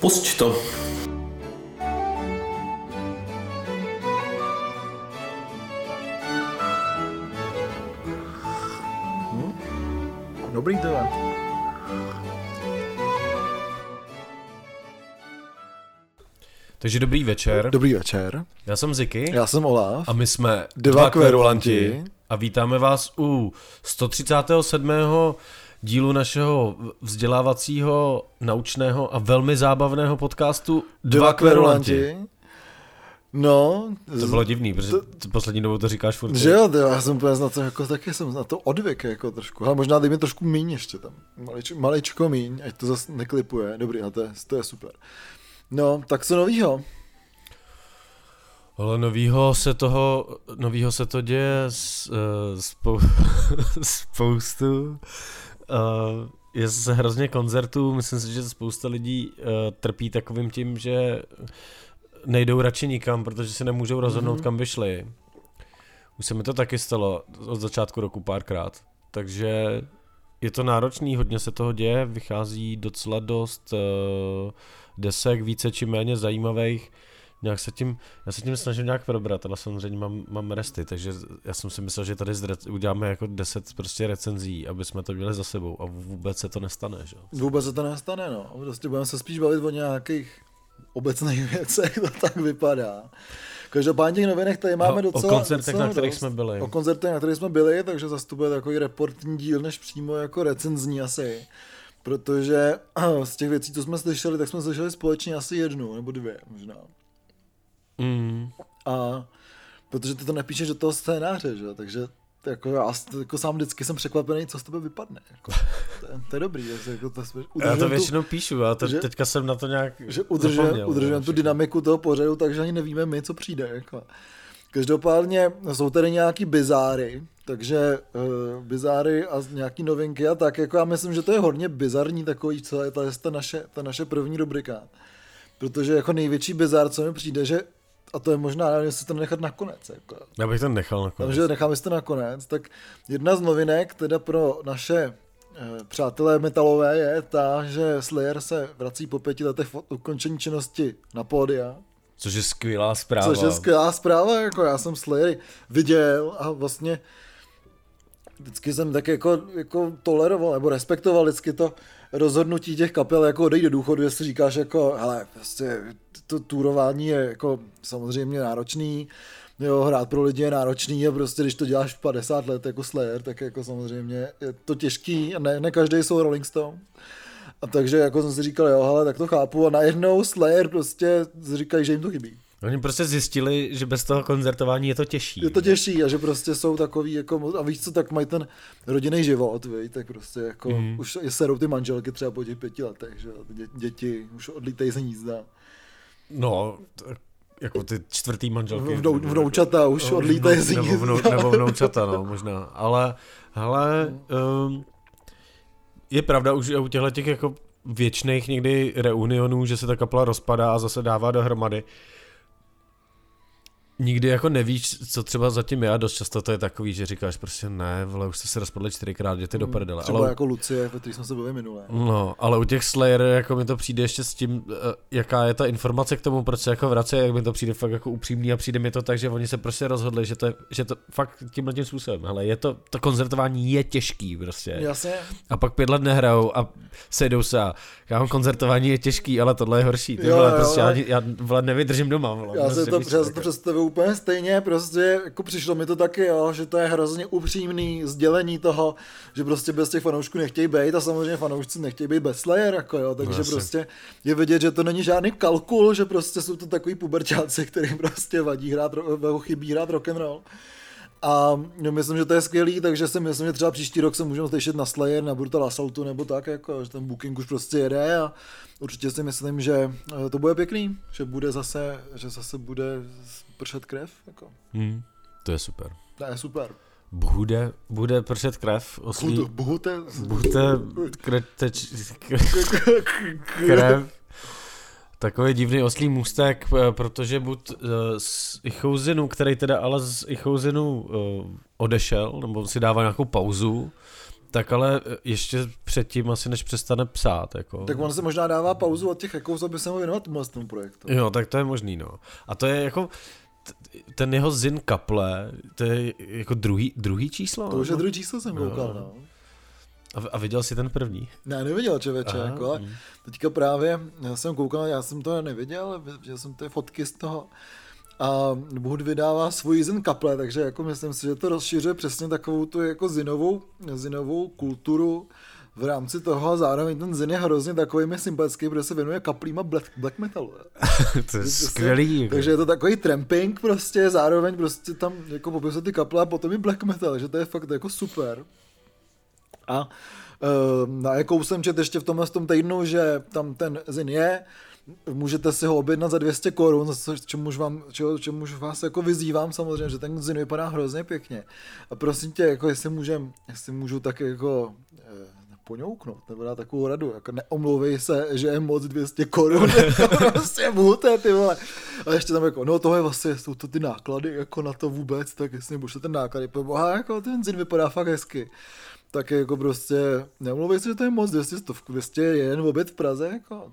Pusť to. Dobrý to je. Takže dobrý večer. Dobrý večer. Já jsem Ziky. Já jsem Olaf. A my jsme Dva kverulanti. A vítáme vás u 137. dílu našeho vzdělávacího, naučného a velmi zábavného podcastu Dva kverulanti. No. To bylo divný, protože poslední dobou to říkáš furt. Že jo, já jsem úplně na to, jako taky jsem na to odvyk, jako trošku. Ale možná dej mi trošku míň ještě tam. Maličko míň, ať to zase neklipuje. Dobrý, a to je super. No, tak co novýho? Ale novýho se to děje spoustu. Je se hrozně koncertů, myslím si, že spousta lidí trpí takovým tím, že nejdou radši nikam, protože si nemůžou rozhodnout, kam by šli. Už se mi to taky stalo od začátku roku párkrát, takže je to náročný, hodně se toho děje, vychází docela dost desek, více či méně zajímavých. Já se tím snažím nějak probrat, ale samozřejmě mám resty, takže já jsem si myslel, že tady uděláme jako 10 prostě recenzí, aby jsme to měli za sebou a vůbec se to nestane, že? Vůbec se to nestane, no. Prostě budeme se spíš bavit o nějakých obecných věcech, to tak vypadá. Každopádně těch novinek tady máme docela... O koncertech, na kterých jsme byli. O koncertech, na kterých jsme byli, takže zase to bude takový reportní díl, než přímo jako recenzní asi. Protože z těch věcí, co jsme slyšeli, tak jsme slyšeli společně asi jednu, nebo dvě možná. A protože ty to nepíšeš do toho scénáře, že? Takže jako já jako sám vždycky jsem překvapený, co z tebe vypadne. Jako, to je dobrý. Jako já to většinou píšu, ale teďka jsem na to nějak udržujeme tu dynamiku toho pořadu, takže ani nevíme my, co přijde. Jako. Každopádně jsou tady nějaký bizáry, takže bizáry a nějaký novinky a tak. Jako já myslím, že to je hodně bizarní takový, co je ta naše první rubrika. Protože jako největší bizár, co mi přijde, že a to je možná, nevím, jestli to nechat nakonec. Jako. Já bych to nechal nakonec. Takže necháme si to nakonec. Tak jedna z novinek, teda pro naše přátelé metalové, je ta, že Slayer se vrací po 5 letech od ukončení činnosti na pódia. Což je skvělá zpráva. Jako já jsem Slayer viděl a vlastně vždycky jsem tak jako toleroval, nebo respektoval vždycky to rozhodnutí těch kapel, jako odejít do důchodu, jestli říkáš jako, hele, prostě to tourování je jako samozřejmě náročný, jo, hrát pro lidi je náročný a prostě když to děláš v 50 let jako Slayer, tak jako samozřejmě je to těžký a ne každý jsou Rolling Stone. A takže jako jsem si říkal, jo, hele, tak to chápu a najednou Slayer prostě říkají, že jim to chybí. Oni prostě zjistili, že bez toho koncertování je to těžší. Je to těžší a že prostě jsou takový, jako, a víš co, tak mají ten rodinný život, víš, tak prostě jako už serou ty manželky třeba po těch 5 letech, že děti už odlítají z hnízda. No, jako ty čtvrtý manželky. Vnoučata už odlítají z hnízda. Nebo vnoučata, no, možná. Ale, hele, je pravda už u těchto těch jako věčných někdy reunionů, že se ta kapela rozpadá a zase dává dohromady. Nikdy jako nevíš, co třeba zatím je a dost často to je takový, že říkáš prostě ne, vole, už jste se rozpadli 4krát, jděte do prdele. Třeba ale jako Lucie, ve který jsme se byli minulé. No, ale u těch Slayer jako mi to přijde ještě s tím, jaká je ta informace k tomu, proč se jako vrací, jak mi to přijde fakt jako upřímný a přijde mi to tak, že oni se prostě rozhodli, že to fakt tímhletím způsobem, hele, to koncertování je těžký prostě. Jasně. A pak 5 let nehrajou a sejdou se a koncertování je těžký, ale tohle je horší. Ty vole, prostě já vole, nevydržím doma. Vole, já se to představuji úplně stejně, prostě jako přišlo mi to taky, jo, že to je hrozně upřímný sdělení toho, že prostě bez těch fanoušků nechtějí být a samozřejmě fanoušci nechtějí být bez Slayer, jako jo, takže no, prostě je vidět, že to není žádný kalkul, že prostě jsou to takový puberťáci, kterým prostě chybí hrát rock'n'roll. A myslím, že to je skvělý, takže si myslím, že třeba příští rok se můžeme slyšet na Slayer, na Brutal Assaultu nebo tak, jako, že ten booking už prostě jede a určitě si myslím, že to bude pěkný, že zase bude pršet krev. Jako. To je super. To je super. Bude pršet krev. Krev. Takový divný oslý můstek, protože buď z Ichouzinu, který teda ale z Ichouzinu odešel, nebo si dává nějakou pauzu, Tak ale ještě předtím asi než přestane psát. Jako. Tak on se možná dává pauzu od těch ekous, aby se mohl věnovat tomu projektu. Jo, tak to je možný, no. A to je jako ten jeho Zin kaple, to je jako druhý číslo? To už je druhý číslo, jsem koukal, no. A viděl jsi ten první? Ne, neviděl, člověče, jako, ale teďka právě, já jsem koukal, já jsem to neviděl, viděl jsem ty fotky z toho a Bůh vydává svůj Zin kaple, takže jako myslím si, že to rozšiřuje přesně takovou tu jako zinovou kulturu v rámci toho a zároveň ten Zin je hrozně takový mi sympatický, protože se věnuje kaplím a black metalu. To je skvělý. Takže je to takový tramping prostě, zároveň prostě tam jako popisuje ty kaple a potom i black metal, že to je fakt jako super. A na jakou jsem čet ještě v tomhle týdnu, že tam ten Zin je, můžete si ho objednat za 200 korun, čemuž vás jako vyzývám samozřejmě, že ten Zin vypadá hrozně pěkně. A prosím tě, jako jestli můžu tak jako poňouknout, nebo dát takovou radu, jako neomlouvej se, že je moc 200 korun, prostě můte, ty vole. A ještě tam jako, no tohle vlastně jsou to ty náklady, jako na to vůbec, tak jestli nebudu ten náklady, boha, jako ten Zin vypadá fakt hezky. Tak jako prostě, neomlouvej se, že to je moc 200 je jen oběd v Praze, jako.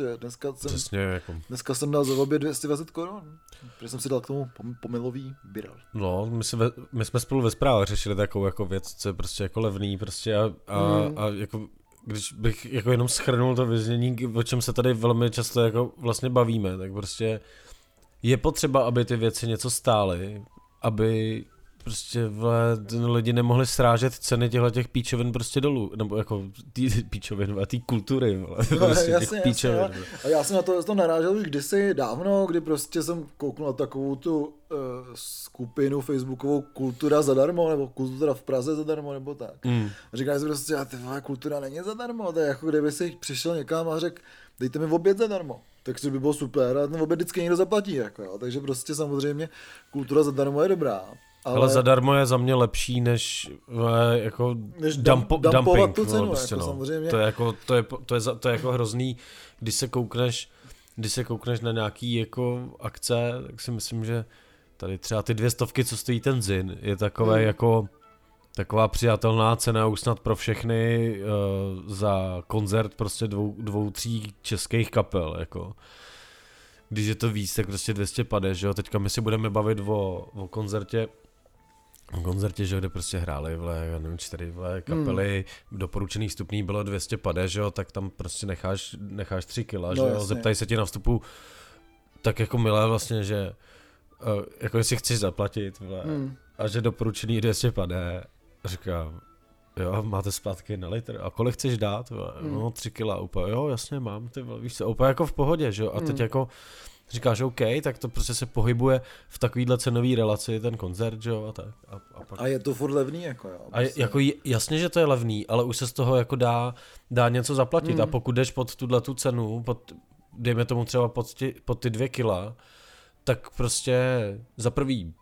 Dneska jsem dal za oběd 220 korun, protože jsem si dal k tomu pomilový birel. No, my jsme spolu ve zprávách řešili takovou jako věc, co je prostě jako levný prostě a jako když bych jako jenom shrnul to vyznění, o čem se tady velmi často jako vlastně bavíme, tak prostě je potřeba, aby ty věci něco stály, aby prostě lidi nemohli srážet ceny těch píčovin prostě dolů, nebo jako tý píčovin a tý kultury, prostě jasně. A já jsem na to narážel už kdysi dávno, kdy prostě jsem kouknul na takovou tu skupinu facebookovou Kultura zadarmo, nebo Kultura v Praze zadarmo, nebo tak. A říkali si prostě, a tyhle kultura není zadarmo, to je jako kdyby si přišel někam a řekl, dejte mi oběd zadarmo. Takže by bylo super a ten oběd vždycky někdo zaplatí, jako jo. Takže prostě samozřejmě kultura zadarmo je dobrá. Ale zadarmo je za mě lepší, než jako dumping, tu cenu, prostě, jako no. samozřejmě. To je jako hrozný, když se koukneš na nějaký jako akce, tak si myslím, že tady třeba ty 200, co stojí ten Zin, je takové jako taková přijatelná cena už snad pro všechny za koncert prostě dvou, tří českých kapel, jako. Když je to víc, tak prostě 250, že jo, teďka my si budeme bavit o koncertě, že jo, kde prostě hráli, já nevím, 4 kapely, doporučených stupní bylo 250, že jo, tak tam prostě necháš 3 kila, že jo, jasně. Zeptají se ti na vstupu tak jako milé vlastně, že jako jestli chceš zaplatit, a že doporučený 250, říkám, jo, máte zpátky na litr, a kolik chceš dát, no 3 kila, úplně, jo, jasně mám, ty víš co, úplně jako v pohodě, že jo, a teď jako říkáš, OK, tak to prostě se pohybuje v takovýhle cenový relaci, ten koncert, že jo, a tak. A je to furt levný, jako jo. Prostě. A jako jasně, že to je levný, ale už se z toho jako dá něco zaplatit a pokud jdeš pod tu cenu, dejme tomu třeba pod ty 2 kila, tak prostě za prvý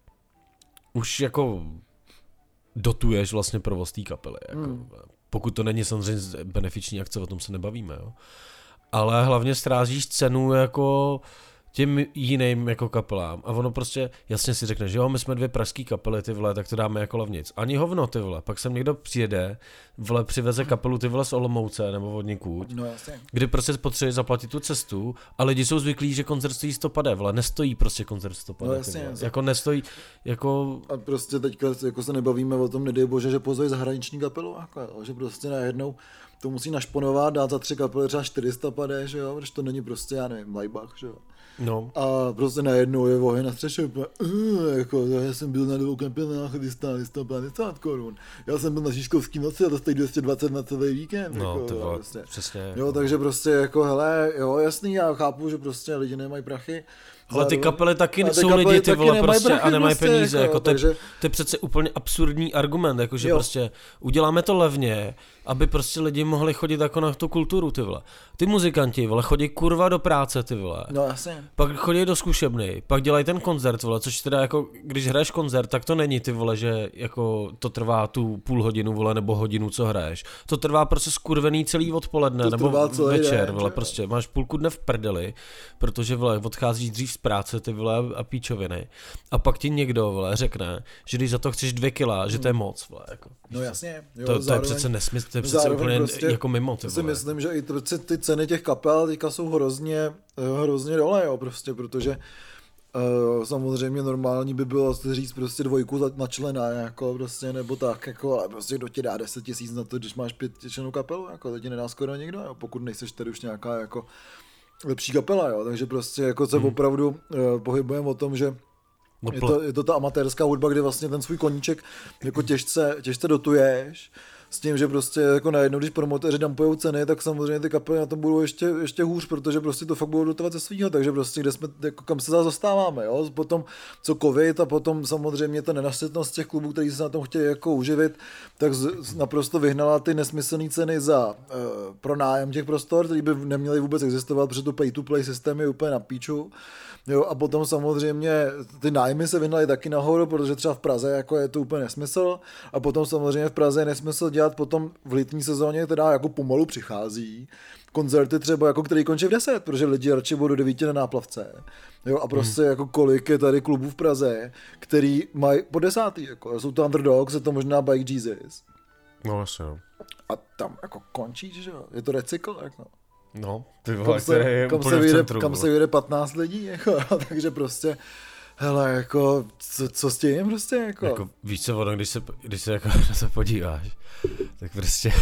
už jako dotuješ vlastně provoz té kapely, jako. Pokud to není samozřejmě benefiční akce, o tom se nebavíme, jo. Ale hlavně strážíš cenu jako těm jiným jako kapelám a ono prostě jasně si řekne, že jo, my jsme 2 pražský kapely, ty vole, tak to dáme jako levnic. Ani hovno, ty vole, pak sem někdo přijede, vole, přiveze kapelu, ty vole, z Olomouce nebo od někud, kdy prostě potřebuje zaplatit tu cestu a lidi jsou zvyklí, že koncert stojí 150, vole, nestojí prostě koncert 150, jako nestojí, jako... A prostě teďka jako se nebavíme o tom, nedej bože, že pozvají zahraniční kapelu, jako, že prostě najednou to musí našponovat, dát za 3 kapely třeba 450, že jo, protože to není prostě, já nevím, Leibach, že jo. No. A prostě najednou je oheň na střeše, jako, já jsem byl na 2 kapelách, kdy stáli 150 korun. Já jsem byl na Žižkovský noci a to stojí 220 na celý víkend. No, jako, to bylo prostě. přesně. Jo, takže prostě jako, hele, jo, jasný, já chápu, že prostě lidi nemají prachy. Ale ty kapely taky jsou lidi, ty vole, prostě prachy, a nemají prostě, peníze, jako takže... to je přece úplně absurdní argument, jakože prostě uděláme to levně, aby prostě lidi mohli chodit jako na tu kulturu, ty vole. Ty muzikanti, vole, chodí kurva do práce, ty vole. No jasně. Pak chodí do zkušebny, pak dělají ten koncert, vole, což teda jako, když hraješ koncert, tak to není, ty vole, že jako to trvá tu půl hodinu, vole, nebo hodinu, co hraješ. To trvá prostě skurvený celý odpoledne, nebo večer, vole, prostě máš půlku dne v prdeli, protože, vole, odcházíš dřív práce ty vole a píčoviny. A pak ti někdo vole řekne, že když za to chceš 2 kila, že to je moc vole. Jako. No jasně. Jo, to je přece nesmysl, to je přece úplně prostě, jako mimo. Ty si myslím, že i ty ceny těch kapel teďka jsou hrozně dole, jo, prostě, protože samozřejmě normální by bylo říct prostě 2 na člena, jako prostě, nebo tak, jako, ale prostě kdo ti dá 10 000 na to, když máš 5člennou kapelu, jako to ti nedá skoro nikdo, jo, pokud nejseš tady už nějaká jako lepší kapela, jo, takže prostě jako se opravdu pohybujeme o tom, že je to ta amatérská hudba, kde vlastně ten svůj koníček jako těžce dotuješ, s tím, že prostě jako najednou, když promotéři dumpujou ceny, tak samozřejmě ty kapely na tom budou ještě hůř, protože prostě to fakt budou dotovat ze svýho, takže prostě kde jsme, jako kam se zase zastáváme, jo, potom co covid a potom samozřejmě ta nenasytnost těch klubů, kteří se na tom chtějí jako uživit, tak naprosto vyhnala ty nesmyslné ceny za pronájem těch prostor, které by neměly vůbec existovat, protože to pay-to-play systém je úplně na píču. Jo, a potom samozřejmě ty nájmy se vyhnaly taky nahoru, protože třeba v Praze jako je to úplně nesmysl a potom samozřejmě v Praze je nesmysl dělat potom v letní sezóně, teda jako pomalu přichází koncerty třeba, jako který končí v 10, protože lidi radši budou do 9 na náplavce. Jo, a prostě jako kolik je tady klubů v Praze, který mají po 10, jako jsou to Underdogs, je to možná Bike Jesus. No asi jo. A tam jako končí, že jo, je to recykl, jako. No, ty vole, kam se vyjde 15 lidí, jako, takže prostě, hele, jako, co s tím prostě, jako víš co, ono, když se jako na to podíváš, tak prostě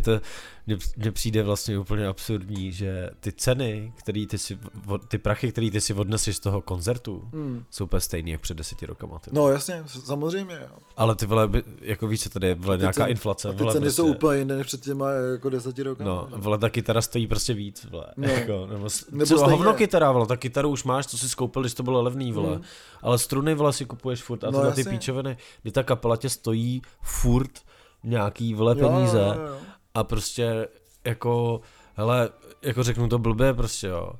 mně přijde vlastně úplně absurdní, že ty ceny, ty prachy, které ty si odneseš z toho koncertu, jsou úplně stejný, jak před 10 rokama. No jasně, samozřejmě, jo. Ale ty vole, jako víš, co tady je, vole, nějaká inflace. A ty ceny prostě jsou úplně jiné než před těma jako 10 rokama. No, vole, ta kytara stojí prostě víc, vole. No. Jako, nebo třeba hovno kytara, vole, ta kytaru už máš, co si skoupil, když to bylo levný, vole. Ale struny, vole, si kupuješ furt a no, ty píčoviny, kdy ta kapela tě stojí furt nějaký, vole, peníze jo. A prostě jako, hele, jako řeknu to blbě prostě, jo.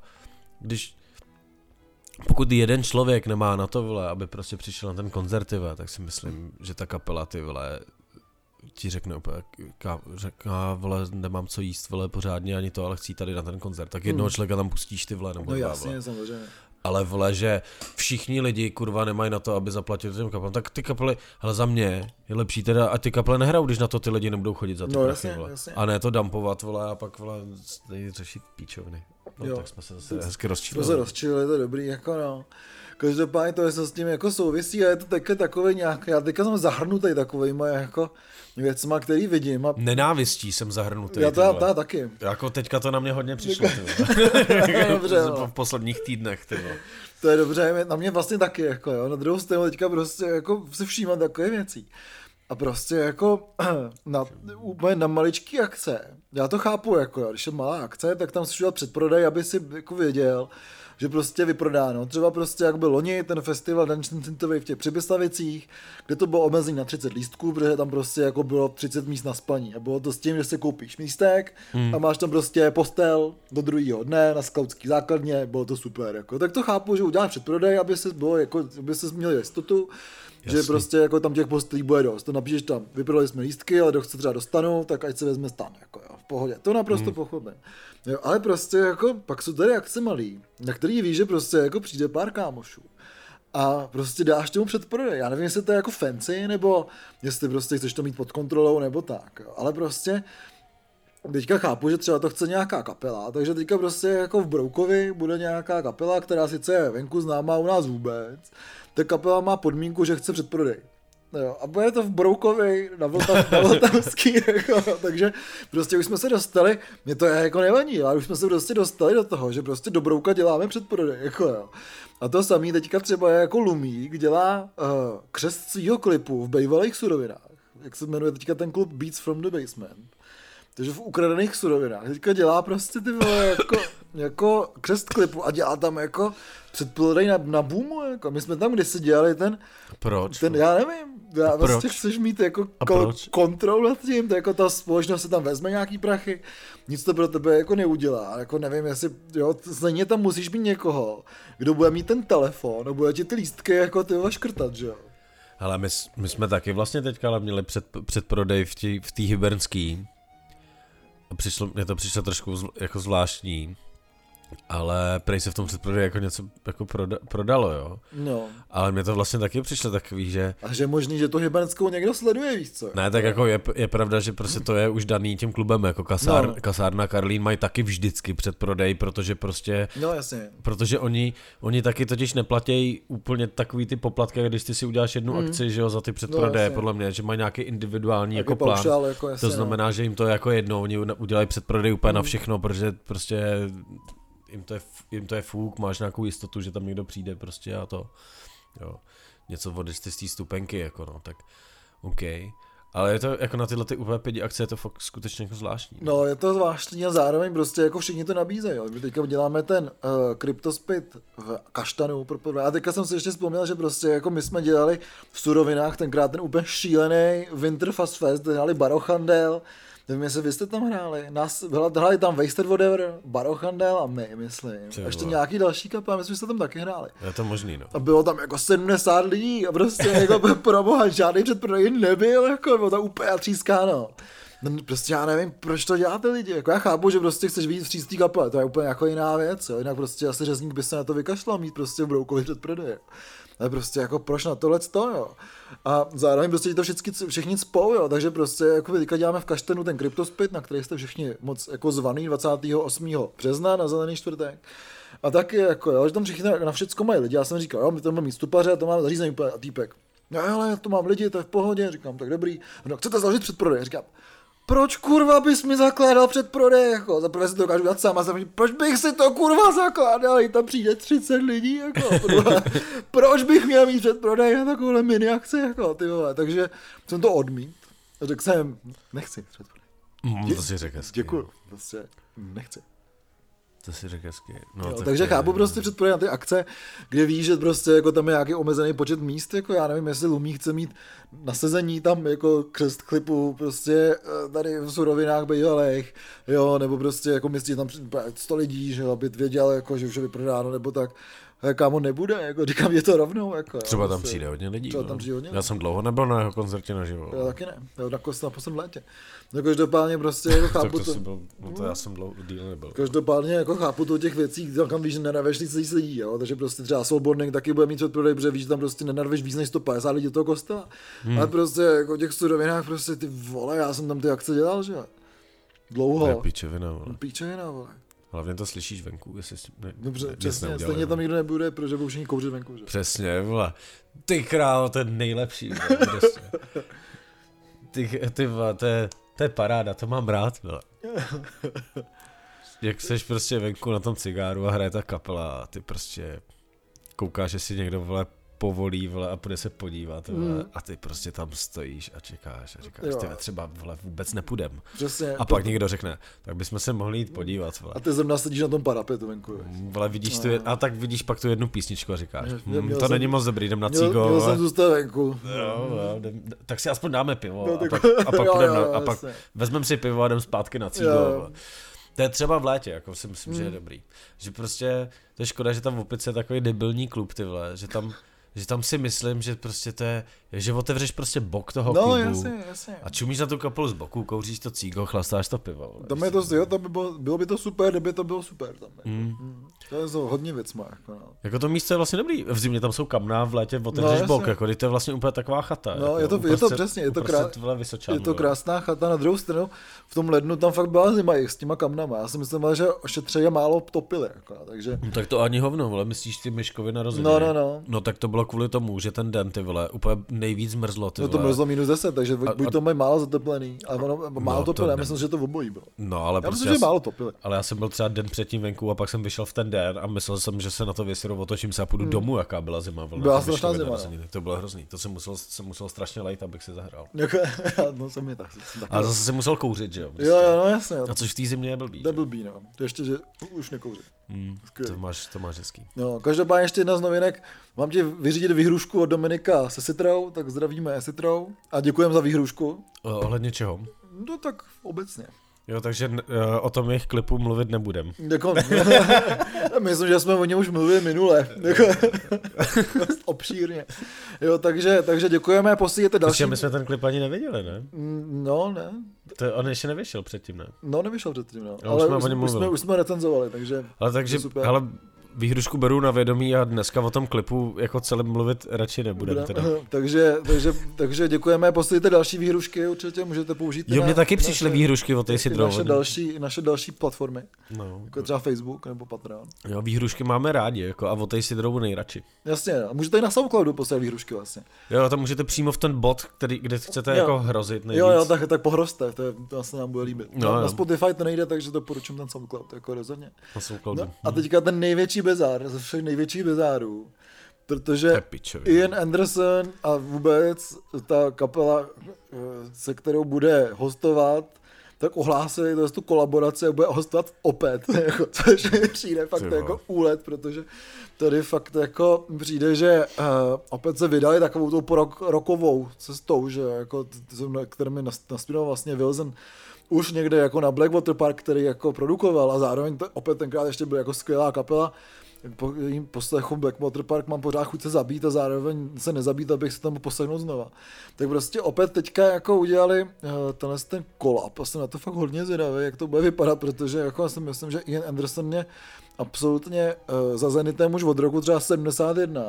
Pokud jeden člověk nemá na to, vole, aby prostě přišel na ten koncert, vole, tak si myslím, že ta kapela, ty vole, ti řekne úplně, řekná, vole, nemám co jíst, vole, pořádně ani to, ale chci tady na ten koncert, tak jednoho člověka tam pustíš, ty vole, nebo no jasně, samozřejmě. Ale vole, že všichni lidi kurva nemají na to, aby zaplatili těm kapelám, tak ty kapely, hele, za mě je lepší teda, a ty kapely nehrajou, když na to ty lidi nebudou chodit za ty prachy, vole. Jasně. A ne to dumpovat, vole, a pak, vole, řešit píčoviny. No, tak jsme se zase hezky rozčilili. To se rozčilili, to je dobrý, jako no. Každopádně to je se s tím jako souvisí a je to teďka takový nějaký, já teďka jsem zahrnutý takovejma jako věcma, který vidím. A nenávistí jsem zahrnutý. Já taky. Jako teďka to na mě hodně přišlo. Dobře, v posledních týdnech. To je dobře, na mě vlastně taky, jako jo. Na druhou stranu teďka prostě jako si všímat takové věcí. A prostě jako úplně na maličký akce, já to chápu, jako když je malá akce, tak tam si udělat předprodej, aby si jako věděl, že prostě vyprodáno. Třeba prostě jak byl loni ten festival Dancing v těch Přibyslavicích, kde to bylo omezení na 30 lístků, protože tam prostě jako bylo 30 míst na spaní. A bylo to s tím, že si koupíš místek a máš tam prostě postel do druhého dne na skautský základně, bylo to super. Jako. Tak to chápu, že uděláš předprodej, aby si měl jistotu, že prostě jako tam těch postelí bude dost. To napíšeš tam, vyprodali jsme lístky, ale kdo chce třeba dostanou, tak ať se vezme stan, jako jo, v pohodě. To naprosto pochopím. Jo, ale prostě jako pak jsou tady akce malý, na který víš, že prostě jako přijde pár kámošů a prostě dáš tomu předprodej. Já nevím, jestli to je jako fancy, nebo jestli prostě chceš to mít pod kontrolou, nebo tak. Jo. Ale prostě teďka chápu, že třeba to chce nějaká kapela, takže teďka prostě jako v Broukovi bude nějaká kapela, která sice je venku známá u nás vůbec. Ta kapela má podmínku, že chce předprodej. Jo, a bude to v Broukovi na Vltavský, jako, takže prostě už jsme se dostali, mě to je jako nevadí, ale už jsme se prostě dostali do toho, že prostě do Brouka děláme předprodej, jako jo. A to samý teďka třeba je jako Lumík, dělá křest svýho klipu v Bejvalých surovinách, jak se jmenuje teďka ten klub Beats from the Basement. Takže v ukradených surovinách. Teďka dělá prostě ty vole jako křest klipu a dělá tam jako předprodej na boomu. Jako. My jsme tam kdysi dělali ten... Proč? Já nevím. Já vlastně chceš mít jako kontrolu nad tím, to jako ta společnost se tam vezme nějaký prachy, nic to pro tebe jako neudělá. Jako nevím, jestli, jo, stejně tam musíš mít někoho, kdo bude mít ten telefon a bude ti ty lístky jako ty škrtat, že jo. Hele, my jsme taky vlastně teďka ale měli předprodej v té hybernský. Mně to přišlo trošku jako zvláštní, Ale prej se v tom předprodeji jako něco jako prodalo, jo. No. Ale mě to vlastně taky přišlo takový, že... A že možný, že to Hybenskou někdo sleduje, víš co? Ne, tak jako je pravda, že prostě to je už daný tím klubem, jako kasárna Karlín mají taky vždycky předprodej, protože prostě... No jasně. Protože oni taky totiž neplatí úplně takový ty poplatky, když ty si uděláš jednu akci, že jo, za ty předprodeje, podle mě, že mají nějaký individuální jako plán. Paušál, jako jasně, to znamená, že jim to jako jedno, oni udělají předprodej úplně na všechno, protože prostě jim to je fuk, máš nějakou jistotu, že tam někdo přijde prostě a to, jo, něco odečte z té stupenky, jako no, tak OK. Ale je to jako na tyhle ty UV5 akce je to fakt skutečně jako zvláštní. No je to zvláštní a zároveň prostě jako všichni to nabízejí. My teďka děláme ten CryptoSpit v Kaštanu. A teďka jsem si ještě vzpomněl, že prostě jako my jsme dělali v Surovinách tenkrát ten úplně šílený Winter Fast Fest, hráli Barochandel. Nevím, jestli vy jste tam hráli. Hráli tam Wasted Whatever, Barochandel a my, myslím. A ještě nějaký další kapela, myslím, že jste tam taky hráli. Je to možný, no. A bylo tam jako 70 lidí a prostě jako proboha žádný předprodej nebyl, jako bylo to úplně třískáno. No, prostě já nevím, proč to děláte lidi. Jako já chápu, že prostě chceš víc vstříc té kapele, to je úplně jako jiná věc, jo. Jinak prostě asi řezník by se na to vykašlal mít prostě broukový předprodej. Ale prostě jako proč na tohle to, jo. A zároveň prostě to všichni spou, jo. Takže prostě jako teďka děláme v Kaštenu ten CryptoSpit, na který jste všichni moc jako zvaný 28. března na Zelený čtvrtek. A taky jako, jo, že tam všichni na všecko mají lidi. Já jsem říkal, jo, my tam máme mít stupaře, to máme zařízení úplně a týpek. No ale to mám lidi, to je v pohodě, říkám, tak dobrý. No, chcete založit předprodej? Říkám, proč kurva bys mi zakládal předprodej, jako, zaprvé si to dokážu dát sám a jsem, proč bych si to kurva zakládal, i tam přijde 30 lidí, jako, proč bych měl mít předprodej na takovouhle mini akci, jako, ty vole, takže jsem to odmít a řekl jsem, nechci předprodej. To si řekl hezky. Děkuju, prostě nechci. To si řekl hezky. No, jo, takže chápu prostě předprodej na ty akce, kde víš, že prostě jako tam je nějaký omezený počet míst, jako já nevím, jestli Lumí chce mít nasazení tam jako křest klipu prostě tady v Surovinách bývalých, jo, nebo prostě jako myslí tam 100 lidí, že aby věděl, jako, že už je vyprodáno, nebo tak. Kámo nebude, jako říkám, je to rovnou. Jako, třeba tam přijde hodně lidí. Třeba tam přijde hodně lidí. Já jsem dlouho nebyl na jeho koncertě naživo. Já taky ne, já na posledním létě. No každopádně prostě jako chápu to. To já jsem díl nebyl. Každopádně jako chápu to těch věcí, kam víš, že nenarveš víc lidí, jo? Takže prostě třeba Soulborning taky bude mít předprodej, protože víš, že tam prostě nenarveš víc než 150 lidí do toho kostela. Ale prostě jako těch Surovinách prostě ty vole, já jsem tam ty akce dělal, že? Dlouho. To je píčevina, vole. Píčevina, vole. Hlavně to slyšíš venku, jestli dobře, přesně, stejně tam nikdo nebude, protože budou všichni kouřit venku, že? Přesně, vole. Ty král, to je nejlepší, ty vole, to je paráda, to mám rád, vole. Jak seš prostě venku na tom cigáru a hraje ta kapela a ty prostě koukáš, že si někdo, vole, povolí, vole, a půjde se podívat, vole, a ty prostě tam stojíš a čekáš, ty třeba, vole, vůbec nepůjdem. Přesně. A pak někdo řekne, tak bychom se mohli jít podívat, vole. A ty zrovna sedíš na tom parapetu venku. Vole, vidíš a tak vidíš pak tu jednu písničku a říkáš, to není moc dobrý, jdem na cigo. Měl jsem zůstat venku. Jo, tak si aspoň dáme pivo a pak vezmeme si pivo a jdem zpátky na cigo. To je třeba v létě, jako si myslím, že je dobrý. Že prostě, to je škoda, že tam v Opice je takový debilní klub, ty vole, že tam si myslím, že prostě to je, že otevřeš prostě bok toho klubu jasně. A čumíš na tu kapelu z boku, kouříš to cígo, chlastáš to pivo. Tam je to, jo, tam bylo by to super, kdyby to bylo super tam. To je hodně věcma. Jako, no. Jako to místo je vlastně dobrý, v zimě tam jsou kamna, v létě otevřeš bok, jako to je vlastně úplně taková chata. No, jako, je to přesně, je to krásná chata, na druhou stranu, v tom lednu tam fakt byla zima s těma kamnama, já si myslím, že ošetřeje málo topili, jako, takže... No, tak to ani hovno, vole, myslíš ty Myškovi narozeniny? No. No tak to bylo kvůli tomu, že ten den, ty vole, úplně nejvíc zmrzlo, ty vole. No to mrzlo -10, takže buď to mají málo zateplený, ale málo topili, já myslím, že to obojí bylo. No, ale já myslím, že málo topili. Ale já jsem byl třeba den předtím venku a pak jsem vyšel v ten den a myslel jsem, že se na to vysiru, otočím se a půjdu domů, jaká byla zima. Byla strašná zima. To bylo hrozný, to jsem musel strašně lejt, abych si zahrál. No jsem je tak. A zase jsem musel kouřit, že jo? Jo, no jasně. A což v té zimě je blbý. To je blbý, no. To ještě, že už nekouřit. To máš hezký. No, každopádně ještě jedna z novinek. Mám ti vyřídit výhrušku od Dominika se Citrou, tak zdravíme Citrou a děkujeme za výhrušku. Ohledně čeho? No tak obecně. Jo, takže o tom jejich klipu mluvit nebudem. Jako, myslím, že jsme o něm už mluvili minule. Obšírně. Jo, takže děkujeme, posílíte další. Protože my jsme ten klip ani neviděli, ne? No, ne. On ještě nevyšel předtím, ne? No, nevyšel předtím, no. Ale už jsme recenzovali, takže... Ale výhrušku beru na vědomí a dneska o tom klipu jako celém mluvit radši nebudeme. Takže děkujeme, posílíte další výhrušky, určitě můžete použít. Jo, mně taky přišly výhrušky o Tasty Draw. Naše další platformy, no, jako třeba Facebook nebo Patreon. Jo, výhrušky máme rádi, jako, a o Tasty Draw nejradši. Jasně, a můžete i na SoundCloudu poslat výhrušky vlastně. Jo, tam můžete přímo v ten bot, kde chcete jako hrozit nejvíc. Jo, tak pohrozte, to vlastně nám bude líbit. No, na Spotify to nejde, takže doporučím ten SoundCloud, jako rozhodně. Na SoundCloudu. No, a teďka ten největší bizár, ze všech největších bizárů, protože Ian Anderson a vůbec ta kapela, se kterou bude hostovat, tak ohlásili tu kolaboraci a bude hostovat opět, jako, což mi přijde fakt jako úlet, protože tady fakt jako přijde, že opět se vydali takovou tou rockovou cestou, že jako, kterými naspínoval vlastně Wilson už někde jako na Blackwater Park, který jako produkoval a zároveň to opět tenkrát ještě byl jako skvělá kapela. Po jím poslechu Blackwater Park mám pořád chuť se zabít a zároveň se nezabít, abych se tam poslechnout znova. Tak prostě opět teďka jako udělali ten kolab a jsem na to fakt hodně zvědavý, jak to bude vypadat, protože jako já si myslím, že Ian Anderson je absolutně za Zenitem už od roku třeba 71.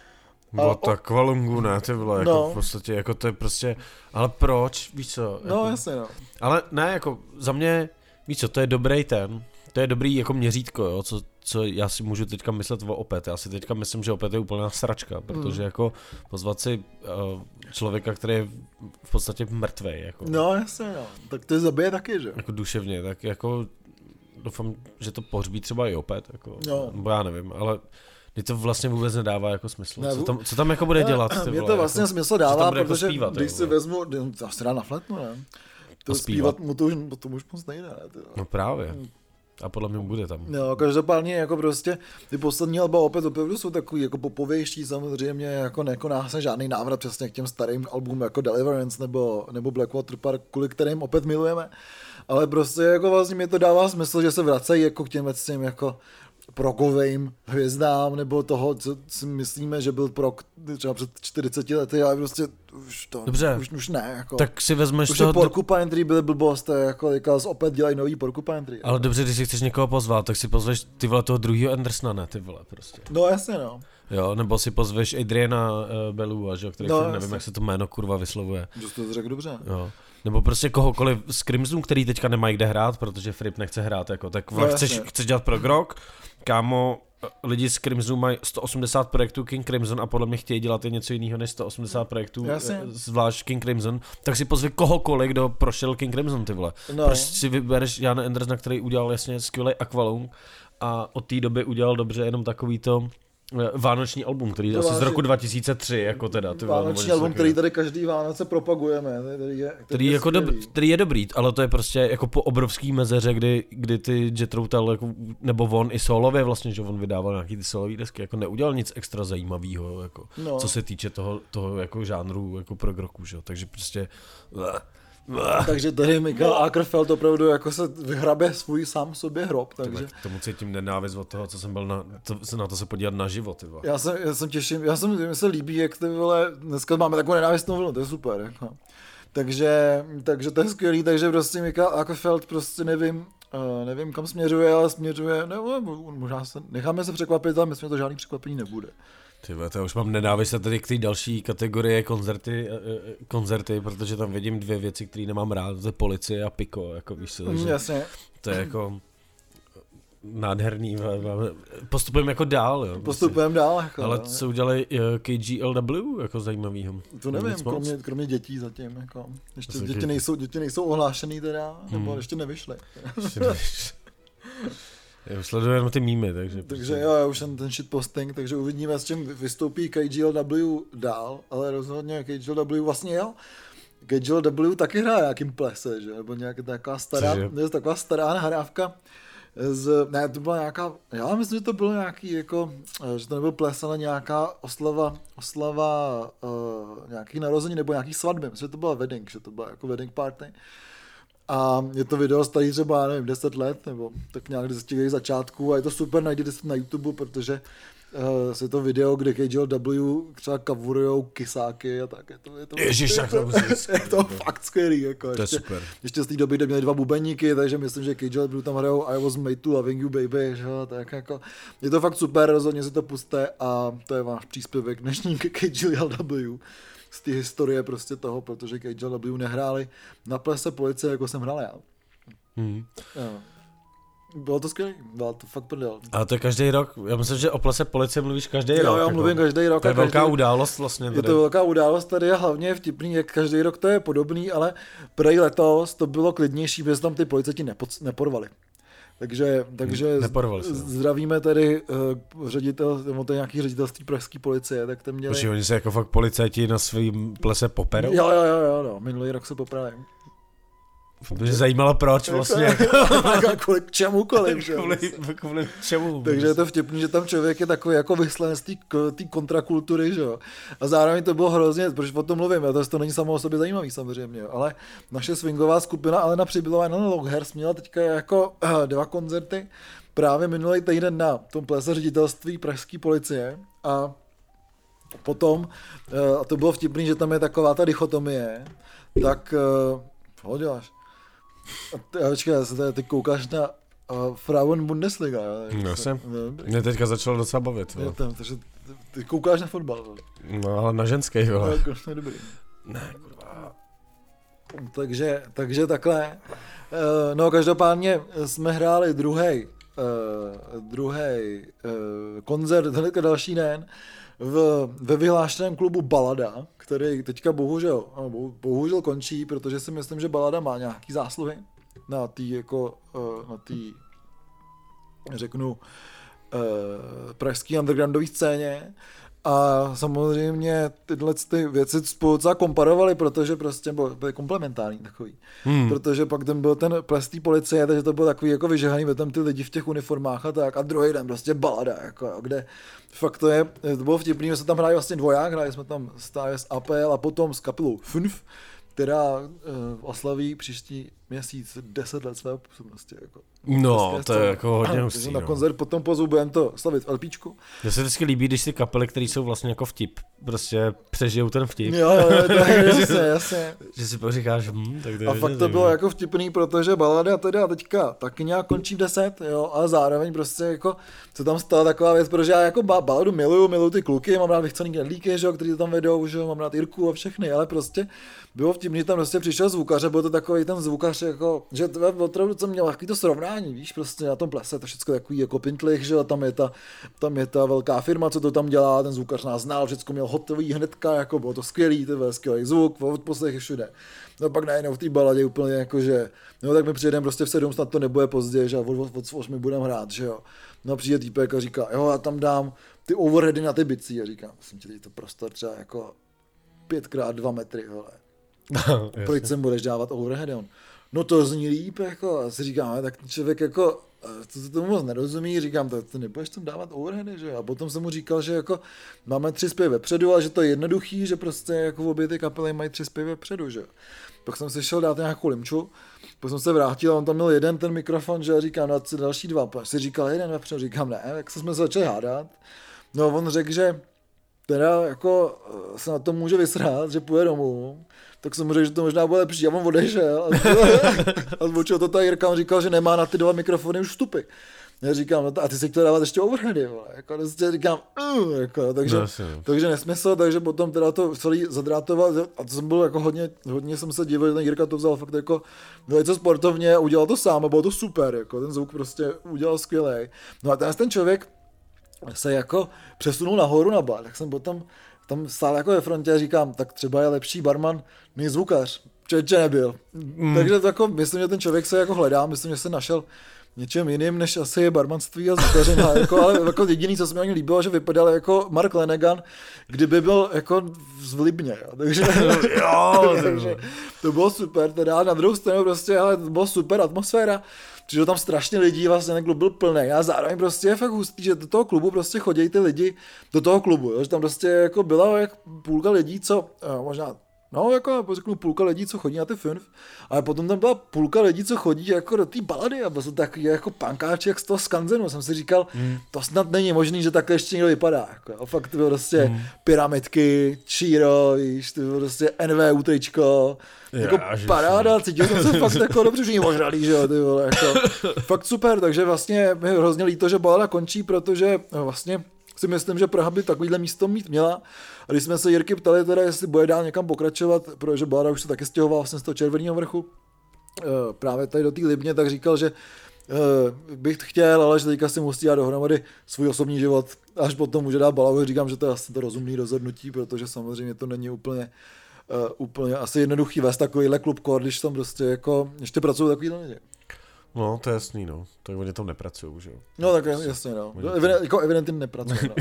Od Aqualungu, ne, ty vole, jako v podstatě, jako to je prostě, ale proč, víš co? No, jako, jasně, no. Ale ne, jako za mě, víš co, to je to je dobrý jako měřítko, jo, co já si můžu teďka myslet o Opeth. Já si teďka myslím, že Opeth je úplná sračka, protože jako pozvat si člověka, který je v podstatě mrtvej, jako. No, jasně, no. Tak to je zabije taky, že? Jako duševně, tak jako doufám, že to pohřbí třeba i Opeth, jako, no. Nebo já nevím, ale mě to vlastně vůbec nedává jako smysl. Co tam jako bude dělat? Mě to vlastně jako, smysl dává, protože jako zpívat, když si vezmu, asi dá na fletnu, ne? To zpívat mu to už moc nejde, ne? No právě. A podle mě bude tam. No, každopádně jako prostě ty poslední alba opět opravdu jsou takový jako popovější, samozřejmě jako nekoná se žádný návrat přesně k těm starým albumům jako Deliverance nebo Blackwater Park, kvůli kterým opět milujeme, ale prostě jako vlastně mi to dává smysl, že se vracejí jako k těm jako prokovým hvězdám, nebo toho, co si myslíme, že byl prok třeba před 40 lety, ale prostě už to, už ne, jako. Tak si vezmeš už toho... Porcupine Tree byly blbost, jako opět dělají nový Porcupine Tree. Ale dobře, když si chceš někoho pozvat, tak si pozveš ty vole toho druhýho Andersona, ne, ty vole prostě. No jasně, no. Jo, nebo si pozveš Adriana Belua, že, který nevím, jasně. Jak se to jméno kurva vyslovuje. To řekl dobře. Jo. Nebo prostě kohokoliv z Crimsonu, který teďka nemají kde hrát, protože Fripp nechce hrát, jako, tak chceš dělat prog rock, kámo, lidi z Crimsonu mají 180 projektů King Crimson a podle mě chtějí dělat i něco jiného než 180 projektů, zvlášť King Crimson, tak si pozvi kohokoliv, kdo prošel King Crimson, ty vole. No. Proč si vybereš Jana Andersona, který udělal jasně skvělý Aqualung a od té doby udělal dobře jenom takovýto vánoční album, který asi z roku 2003, jako teda. Vánoční album, který tady každý Vánoce propagujeme. Který je dobrý, ale to je prostě jako po obrovský mezeře, kdy ty Jet Routel, jako, nebo on i solově vlastně, že on vydával nějaký ty solový desky, jako neudělal nic extra zajímavého, jako, co se týče toho jako žánru, jako prog rocku, že? Takže prostě... Takže tady Michael Åkerfeldt opravdu jako se vyhrabe svůj sám sobě hrob. Takže... K tomu cítím nenávist od toho, co jsem byl na to se podívat na život. Mně se líbí, jak ty vole, dneska máme takovou nenávistnou vlnu, to je super. Jako. Takže to je skvělý, takže prostě Michael Åkerfeldt prostě nevím kam směřuje, ale směřuje, možná necháme se překvapit, ale myslím, že to žádný překvapení nebude. Tyhle, já už mám nenávist tady k té další kategorie koncerty, protože tam vidím dvě věci, které nemám rád, to je Policie a Piko, jako víš co, takže jasně. To je jako nádherný, postupujeme jako dál, jo. Postupujeme dál, jako. Ale co udělali KGLW, jako zajímavýho? To nevím, kromě dětí zatím, jako. Ještě děti nejsou ohlášený teda, nebo ještě nevyšly. Já sledujeme ty mýmy, takže... Takže jo, já už jsem ten shitposting, takže uvidíme, s čím vystoupí KGLW dál, ale rozhodně KGLW vlastně jo. KGLW taky hraje nějakým plese, že? Nebo nějaká taková stará nahrávka to byla nějaká, já myslím, že to bylo nějaký, jako, že to nebyl ples, ale nějaká oslava nějakých narození nebo nějakých svatby, myslím, že to byla wedding, že to byla jako wedding party. A je to video starý třeba, nevím, 10 let, nebo tak nějak z těch začátků a je to super, najděte si na YouTube, protože je to video, kde KJLW třeba kavurujou kysáky a tak. Je to fakt skvělý. Jako. To je super. Ještě z té doby, kde měli 2 bubeníky, takže myslím, že KJLW tam hrajou I was made to loving you baby. Že? Tak jako, je to fakt super, rozhodně si to puste a to je váš příspěvek dnešní KJLW z té historie prostě toho, protože KJLW nehráli na plese policie, jako jsem hrál já. Bylo to skvělé, bylo to fakt prdel. A to je každý rok, já myslím, že o plese policie mluvíš každý rok. Jo, já mluvím každý rok. To je velká událost vlastně. Je to velká událost tady a hlavně je vtipný, jak každý rok to je podobný, ale prej letos to bylo klidnější, protože tam ty policajti neporvali. Takže zdravíme tady ředitel, nebo to je nějaký ředitelství pražské policie, tak to měli... Oni se jako fakt policajti na svým plese poperou? Jo, minulý rok se poprali. Mě zajímalo proč vlastně. Kvůli čemukoliv. Kvůli čemu. Takže je to vtipný, že tam člověk je takový jako vyslen z té kontrakultury, že jo. A zároveň to bylo hrozně, proč o tom mluvím, to není samo o sobě zajímavý samozřejmě, ale naše swingová skupina Alena Přibylová na Longhairs měla teďka jako 2 koncerty právě minulý týden na tom plese ředitelství pražské policie a potom, a to bylo vtipný, že tam je taková ta dichotomie, tak co děláš? Počkej, ty koukáš na Frauen Bundesliga. No jsem. Mě teďka začalo docela bavit. Takže ty koukáš na fotbal. No ale na ženský, jo. No, dobrý. Ne, kurva. Takže takhle. No každopádně jsme hráli druhý koncert hnedka další den ve vyhlášeném klubu Balada, který teďka bohužel končí, protože si myslím, že Balada má nějaký zásluhy na té řeknu pražský undergroundový scéně a samozřejmě tyhle ty věci spolu docela komparovali, protože prostě byly komplementární takový. Protože pak tam byl ten plestý policie, takže to bylo takový jako vyžehaný, tam ty lidi v těch uniformách a tak a druhý den prostě Balada, jako, kde fakt to bylo vtipný, že jsme tam hráli vlastně dvoják, hráli jsme tam s APL a potom s kapelou FUNF, která oslaví příští měsíc 10 let svého působnosti. Jako. No, to je jako hodně hustý. Na koncert potom pozvu budeme to slavit v LPčku. Mně se vždycky líbí, když ty kapely, které jsou vlastně jako vtip, prostě přežijou ten vtip. Jo, jasně. Že si pak říkáš, tak to je. A fakt to bylo jako vtipný, protože Balada teda teďka taky nějak končí v 10, jo, a zároveň prostě jako se tam stala taková věc, protože já jako Baladu miluju ty kluky, mám rád vychcený knedlíky, že jo, který to tam vedou, že jo, mám rád Jirku a všechny, ale prostě bylo vtipný, že tam prostě přišel zvukař, byl to takový ten zvukař, jako, že opravdu jsem měl takový to srovnání, víš, prostě na tom plese, to všechno takový jako pintlich, že jo, tam je ta velká firma, co to tam dělá, ten zvukař nás znal, všechno měl hotový hnedka, jako bylo to skvělý, skvělý zvuk, odposlech všude. No pak najednou v té Baladě úplně jako, že no tak my přijedeme prostě v 7, snad to nebude pozdě, že od 8 budeme hrát, že jo. No přijde týpek a říká, jo, já tam dám ty overheady na ty bicí a říkám, musím ti to prostor třeba jako 5x2 metry, hele. Proč sem budeš dávat overheady? No to zní líp, jako, a si říkám, tak člověk jako, to tomu moc nerozumí, říkám, to nebudeš tam dávat overheady, že? A potom jsem mu říkal, že jako máme 3 zpěvy vepředu, a že to je jednoduchý, že prostě jako obě ty kapely mají 3 zpěvy vepředu, že? Pak jsem si šel dát nějakou limču, pak jsem se vrátil a on tam měl jeden ten mikrofon, že říkám, no další 2, pak si říkal jeden vepředu, říkám ne, tak jsme se začali hádat. No on řekl, že teda jako se na to může vysrát, že půjde domů, tak jsem mu řekl, že to možná bude lepší, a on odešel a zvučil to ta Jirka, on říkal, že nemá na ty 2 mikrofony už vstupy. Já říkám, no a ty si chtěl dávat ještě overheady, vole. Jako, říkám, jako, takže nesmysl, takže potom teda to celý zadrátoval a to jsem byl jako hodně jsem se divil, že ten Jirka to vzal fakt jako velice sportovně, udělal to sám a bylo to super, jako ten zvuk prostě udělal skvělej. No a ten člověk se jako přesunul nahoru na bar, tak jsem potom tam stál jako ve frontě a říkám, tak třeba je lepší barman než zvukař. Čeče nebyl. Takže to jako, myslím, že ten člověk se jako hledá, myslím, že se našel něčem jiným, než asi je barmanství a zvukařina. Jako, ale jako jediný, co se mi líbilo, že vypadal jako Mark Lanegan, kdyby byl jako v Libně. Takže to bylo super. Teda na druhou stranu prostě, ale to bylo super atmosféra. Přišlo tam strašně lidí, vlastně ten klub byl plný a zároveň prostě je fakt hustý, že do toho klubu prostě chodí ty lidi do toho klubu, jo? Že tam prostě jako byla jak půlka lidí, co možná No, jako řeknu půlka lidí, co chodí na ty film, ale potom tam byla půlka lidí, co chodí jako do té balady a byl to takový jako pankáči, jak z toho Skanzenu. Jsem si říkal, to snad není možný, že takhle ještě někdo vypadá. Jako, a fakt to bylo prostě pyramidky, číro, víš, to bylo prostě NV tričko, jako paráda, cítil jsem se fakt jako dobře, že ožralý, že jo, ty vole, jako fakt super, takže vlastně mi hrozně líto, že balada končí, protože vlastně si myslím, že Praha by takovýhle místo mít měla. A když jsme se Jirky ptali teda, jestli bude dál někam pokračovat, protože balada už se taky stěhoval vlastně z toho Červeného vrchu, právě tady do té Libně, tak říkal, že bych chtěl, ale že teďka si musí dát dohromady svůj osobní život, až potom může dát baladu. Říkám, že to je asi to rozumné rozhodnutí, protože samozřejmě to není úplně asi jednoduchý vést takovýhle klub kor, když tam prostě jako ještě pracují takovýhle lidi. No, to je jasný, no. Tak oni tam nepracují, že jo? No, tak jasně, no. Jako evidentně nepracují, no.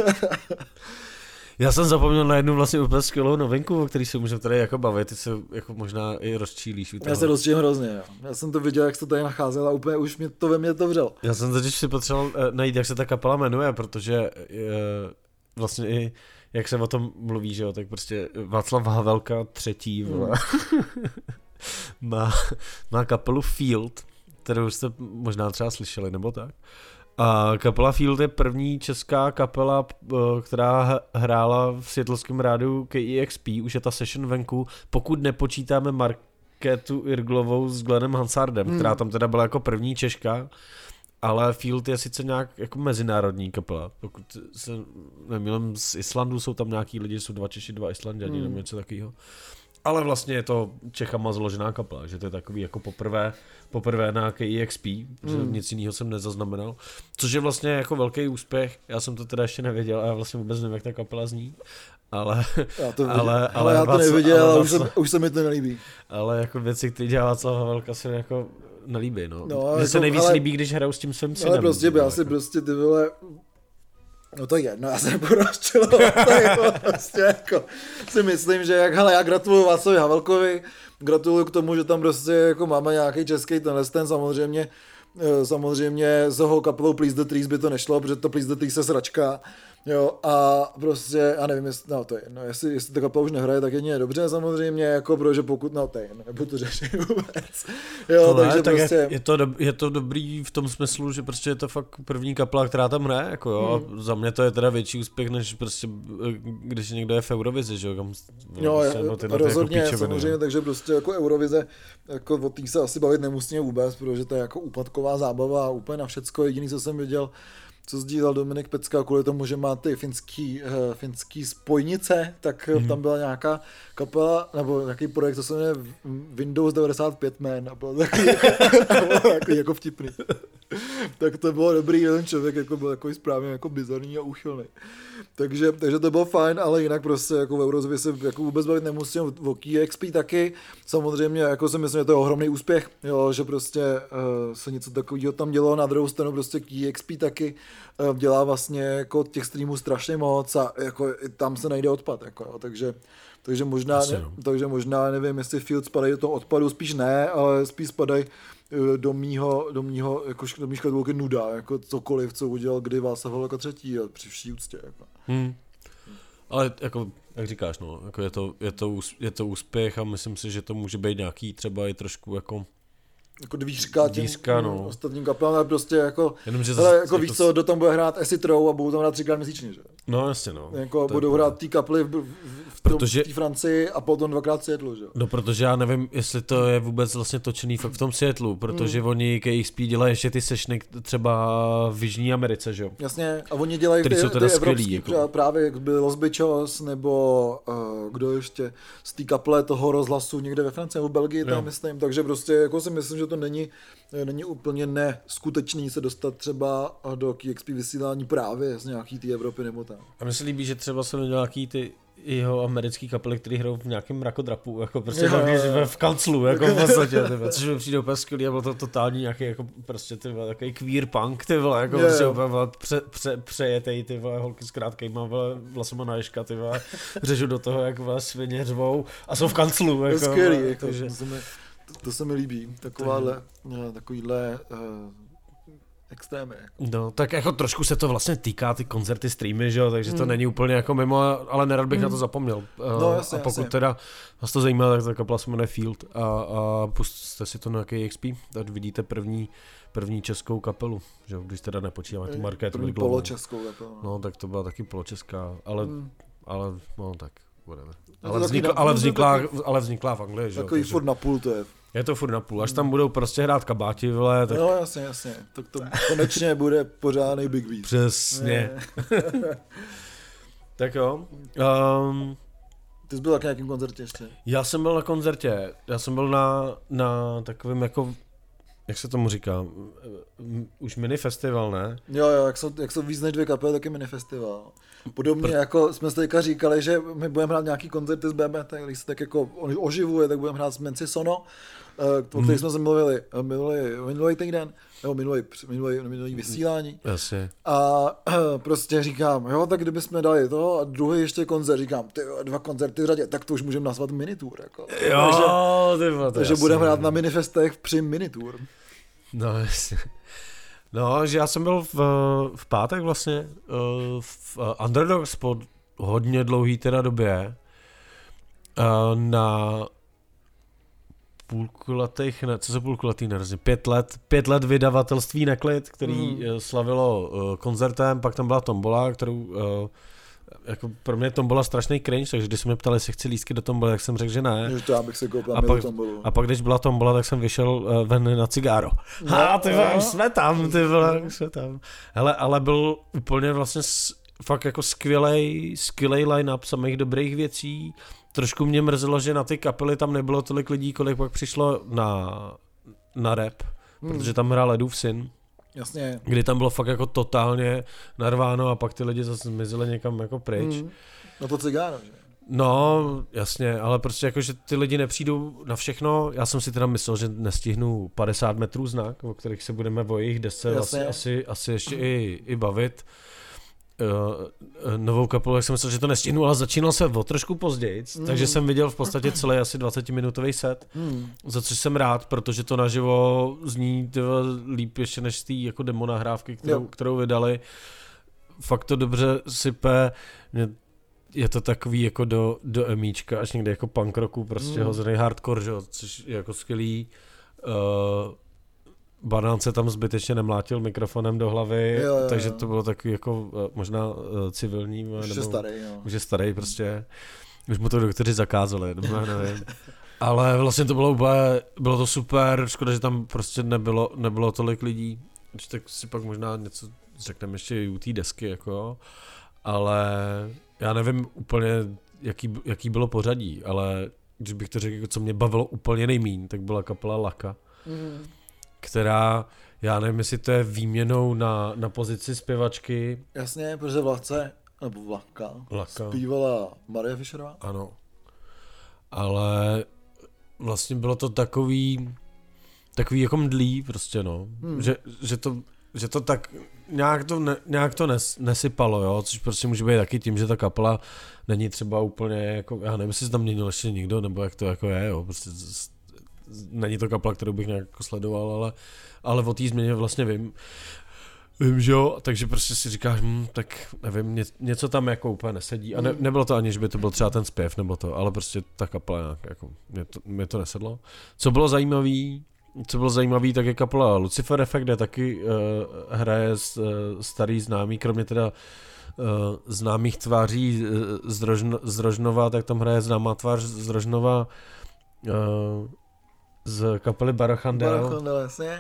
Já jsem zapomněl na jednu vlastně úplně skvělou novinku, o který se můžeme tady jako bavit, ty se jako možná i rozčílíš. Já se rozčílím hrozně, jo. Já jsem to viděl, jak se to tady nacházel a úplně už mě to ve mně to vřel. Já jsem totiž si potřeboval najít, jak se ta kapela jmenuje, protože vlastně i jak se o tom mluví, že jo, tak prostě Václav Havelka III. má kapelu Field, kterou jste možná třeba slyšeli, nebo tak. A kapela Field je první česká kapela, která hrála v seattleském rádiu KEXP, už je ta session venku, pokud nepočítáme Markétu Irglovou s Glennem Hansardem, která tam teda byla jako první Češka, ale Field je sice nějak jako mezinárodní kapela, pokud se nemýlím, z Islandu jsou tam nějaký lidi, jsou 2 Češi, 2 Islanďani, nebo něco takového. Ale vlastně je to Čechama zložená kapela, že to je takový jako poprvé na KEXP, protože nic jiného jsem nezaznamenal, což je vlastně jako velký úspěch, já jsem to teda ještě nevěděl a já vlastně vůbec nevím, jak ta kapela zní, ale já to nevěděl, ale už se mi to nelíbí. Ale jako věci, které dělá Václav Havelka, se jako nelíbí, no. Mně jako, se nejvíc líbí, když hrajou s tím svým synem. Ale prostě, já si prostě ty vole... No to je jedno, já se nebudu rozčilovat, prostě jako si myslím, že já gratuluju Václavi Havelkovi, gratuluju k tomu, že tam prostě jako máme nějaký český tenhle, samozřejmě s jeho kapelou Please the Trees by to nešlo, protože to Please the Trees je sračka, jo, a prostě, já nevím, jestli ta kapela už nehraje, tak jedině dobře samozřejmě, jako protože pokud, to je jedno, nebudu to řešit vůbec, jo, takže tak prostě. Je to dobrý v tom smyslu, že prostě je to fakt první kapela, která tam hraje, jako jo, a za mě to je teda větší úspěch, než prostě, když někdo je v Eurovizi, že jo, kam rozhodně, jako samozřejmě, takže prostě jako Eurovize, jako o tý se asi bavit nemusíme vůbec, protože to je jako úpadková zábava a úplně na všecko, jediný, co jsem viděl, co sdílel Dominik Pecka kvůli tomu, že má ty finský spojnice, tak tam byla nějaká kapela, nebo nějaký projekt, co se jmenuje Windows 95 Man a bylo takový jako vtipný. Tak to bylo dobrý, ten člověk jako byl takový správně jako bizarní a úchylný. Takže to bylo fajn, ale jinak prostě jako v Eurozově se jako vůbec bavit nemusím, o KEXP taky. Samozřejmě jako si myslím, že to je ohromný úspěch, jo, že prostě se něco takového tam dělo, na druhou stranu prostě KEXP taky dělá vlastně jako těch streamů strašně moc a jako tam se najde odpad, jako, jo, takže možná nevím, jestli Field spadají do toho odpadu, spíš ne, ale spíš spadají do mýho škatulky nuda, jako cokoliv, co udělal kdy Václav Havelka III, při vší úctě. Jako. Ale jako, jak říkáš, no, jako je to úspěch a myslím si, že to může být nějaký třeba i trošku jako dvířka těm ostatním kapelám, ale prostě jako, víš co, kdo tam bude hrát acid row a budou tam hrát 3krát měsíčně, že? No jasně, no. Jako budou hrát tý kapely v té Francii a potom 2krát v Seattlu, že? No protože já nevím, jestli to je vůbec vlastně točený fakt v tom Seattlu, protože oni KEXP dělají ještě ty sessiony třeba v Jižní Americe, že jo? Jasně, a oni dělají ty evropský, jako. Právě jak byli Los Bichos, nebo kdo ještě z té kaple toho rozhlasu někde ve Francii nebo v Belgii, tam myslím, takže prostě jako si myslím, že to není úplně neskutečný se dostat třeba do KEXP vysílání právě z nějaký té Evropy nebo tam. A mně se líbí, že třeba jsou nějaký ty jeho americký kapely, který hrajou v nějakém mrakodrapu, jako prostě v kanclu, jako v podstatě, což mi přijde úplně skvělý a byl to totální nějaký jako prostě takový queer punk, ty vole, jako prostě přejetej, ty vole, holky s krátkejma vlasama na ježka, ty vole, řežu do toho, jak vás svině řvou a jsou v kanclu, jako. Skvělý, jako, to se mi líbí, takovýhle extrémy. No, tak jako trošku se to vlastně týká ty koncerty, streamy, že jo, takže to není úplně jako mimo, ale nerad bych na to zapomněl. No, jasně, a pokud jasně. teda vás to zajímá, tak ta kapela se jmenuje Field a pusťte si to na KXP, tak vidíte první českou kapelu, že jo, když teda nepočítáme tu Markétu. První poločeskou kapelu. No, tak to byla taky poločeská, ale no tak, whatever. Ale vznikla v Anglii, že jo. Takový furt na půl to je. Je to furt na půl, až tam budou prostě hrát kabáti, vole, tak... No jasně, tak to konečně bude pořádný Big Beat. Přesně. Tak jo. Ty jsi byl taky na nějakém koncertě ještě? Já jsem byl na koncertě, já jsem byl na takovém jako, jak se tomu říká, už mini festival, ne? Jo, jak jsou víc než 2 kapely, taky mini festival. Podobně jako jsme si teďka říkali, že my budeme hrát nějaký koncerty z BMT, když se tak jako oživuje, tak budeme hrát s Menci Sono, o kterých jsme se mluvili minulý týden, nebo minulý vysílání. Jasně. A prostě říkám, jo, tak kdybychom dali to a druhý ještě koncert, říkám, ty 2 koncerty v řadě, tak to už můžeme nazvat minitour. Jako. Jo, takže budeme hrát na minifestech při minitour. No, jasně. No, že já jsem byl v pátek vlastně v Underdogs po hodně dlouhý teda době na půlkulatých, ne, co se půlkulatý narazí, 5 let vydavatelství Neklid, který slavilo koncertem, pak tam byla tombola, kterou jako pro mě tombola strašný cringe, takže když se mě ptali, jestli chci lístky do tomboly, tak jsem řekl, že ne. Že to já bych se koupil a pak když byla tombola, tak jsem vyšel ven na cigáro. Ty vole, už jsme tam. Hele, ale byl úplně vlastně fakt jako skvělej line-up samých dobrých věcí. Trošku mě mrzelo, že na ty kapely tam nebylo tolik lidí, kolik pak přišlo na rap, protože tam hrál Edův syn. Jasně. Kdy tam bylo fakt jako totálně narváno a pak ty lidi zase zmizeli někam jako pryč. No to cigáro, že? No, jasně, ale prostě jako, že ty lidi nepřijdou na všechno. Já jsem si teda myslel, že nestihnu 50 metrů znak, o kterých se budeme o jejich desce asi ještě i bavit. Novou kapelu, jak jsem myslel, že to nestihnu, ale začínal se o trošku později, takže jsem viděl v podstatě celý asi 20-minutový set, za což jsem rád, protože to naživo zní líp ještě než z té jako demo nahrávky, kterou vydali. Fakt to dobře sype, je to takový jako do emíčka, až někde jako punk rocku, prostě hozený hardcore, že? Což je jako skvělý. Banán se tam zbytečně nemlátil mikrofonem do hlavy, takže to bylo takový jako možná civilní. Už je starý prostě. Už mu to doktoři zakázali, nevím. Ale vlastně to bylo to super, škoda, že tam prostě nebylo tolik lidí. Tak si pak možná něco řekneme ještě u té desky, jako. Ale já nevím úplně, jaký bylo pořadí, ale když bych to řekl, co mě bavilo úplně nejmíň, tak byla kapela Laka. Která, já nevím, jestli to je výměnou na pozici zpěvačky. Jasně, protože Vlaka zpívala Marie Fischerová. Ano. Ale vlastně bylo to takový jako mdlý prostě, no. Že to tak nějak to nesypalo, jo, což prostě může být taky tím, že ta kapela není třeba úplně jako, já nevím, jestli se tam měnil ještě nikdo, nebo jak to jako je, jo, prostě není to kapela, kterou bych nějak jako sledoval, ale o té změně vlastně vím, že jo, takže prostě si říkáš, tak nevím, něco tam jako úplně nesedí a nebylo to ani, že by to byl třeba ten zpěv nebo to, ale prostě ta kapela nějak, jako, mě to nesedlo. Co bylo zajímavý, tak je kapela Lucifer Effect, kde taky hraje starý známý, kromě teda známých tváří z Rožnova, tak tam hraje známá tvář z Rožnova z kapely Barochandel, jasně.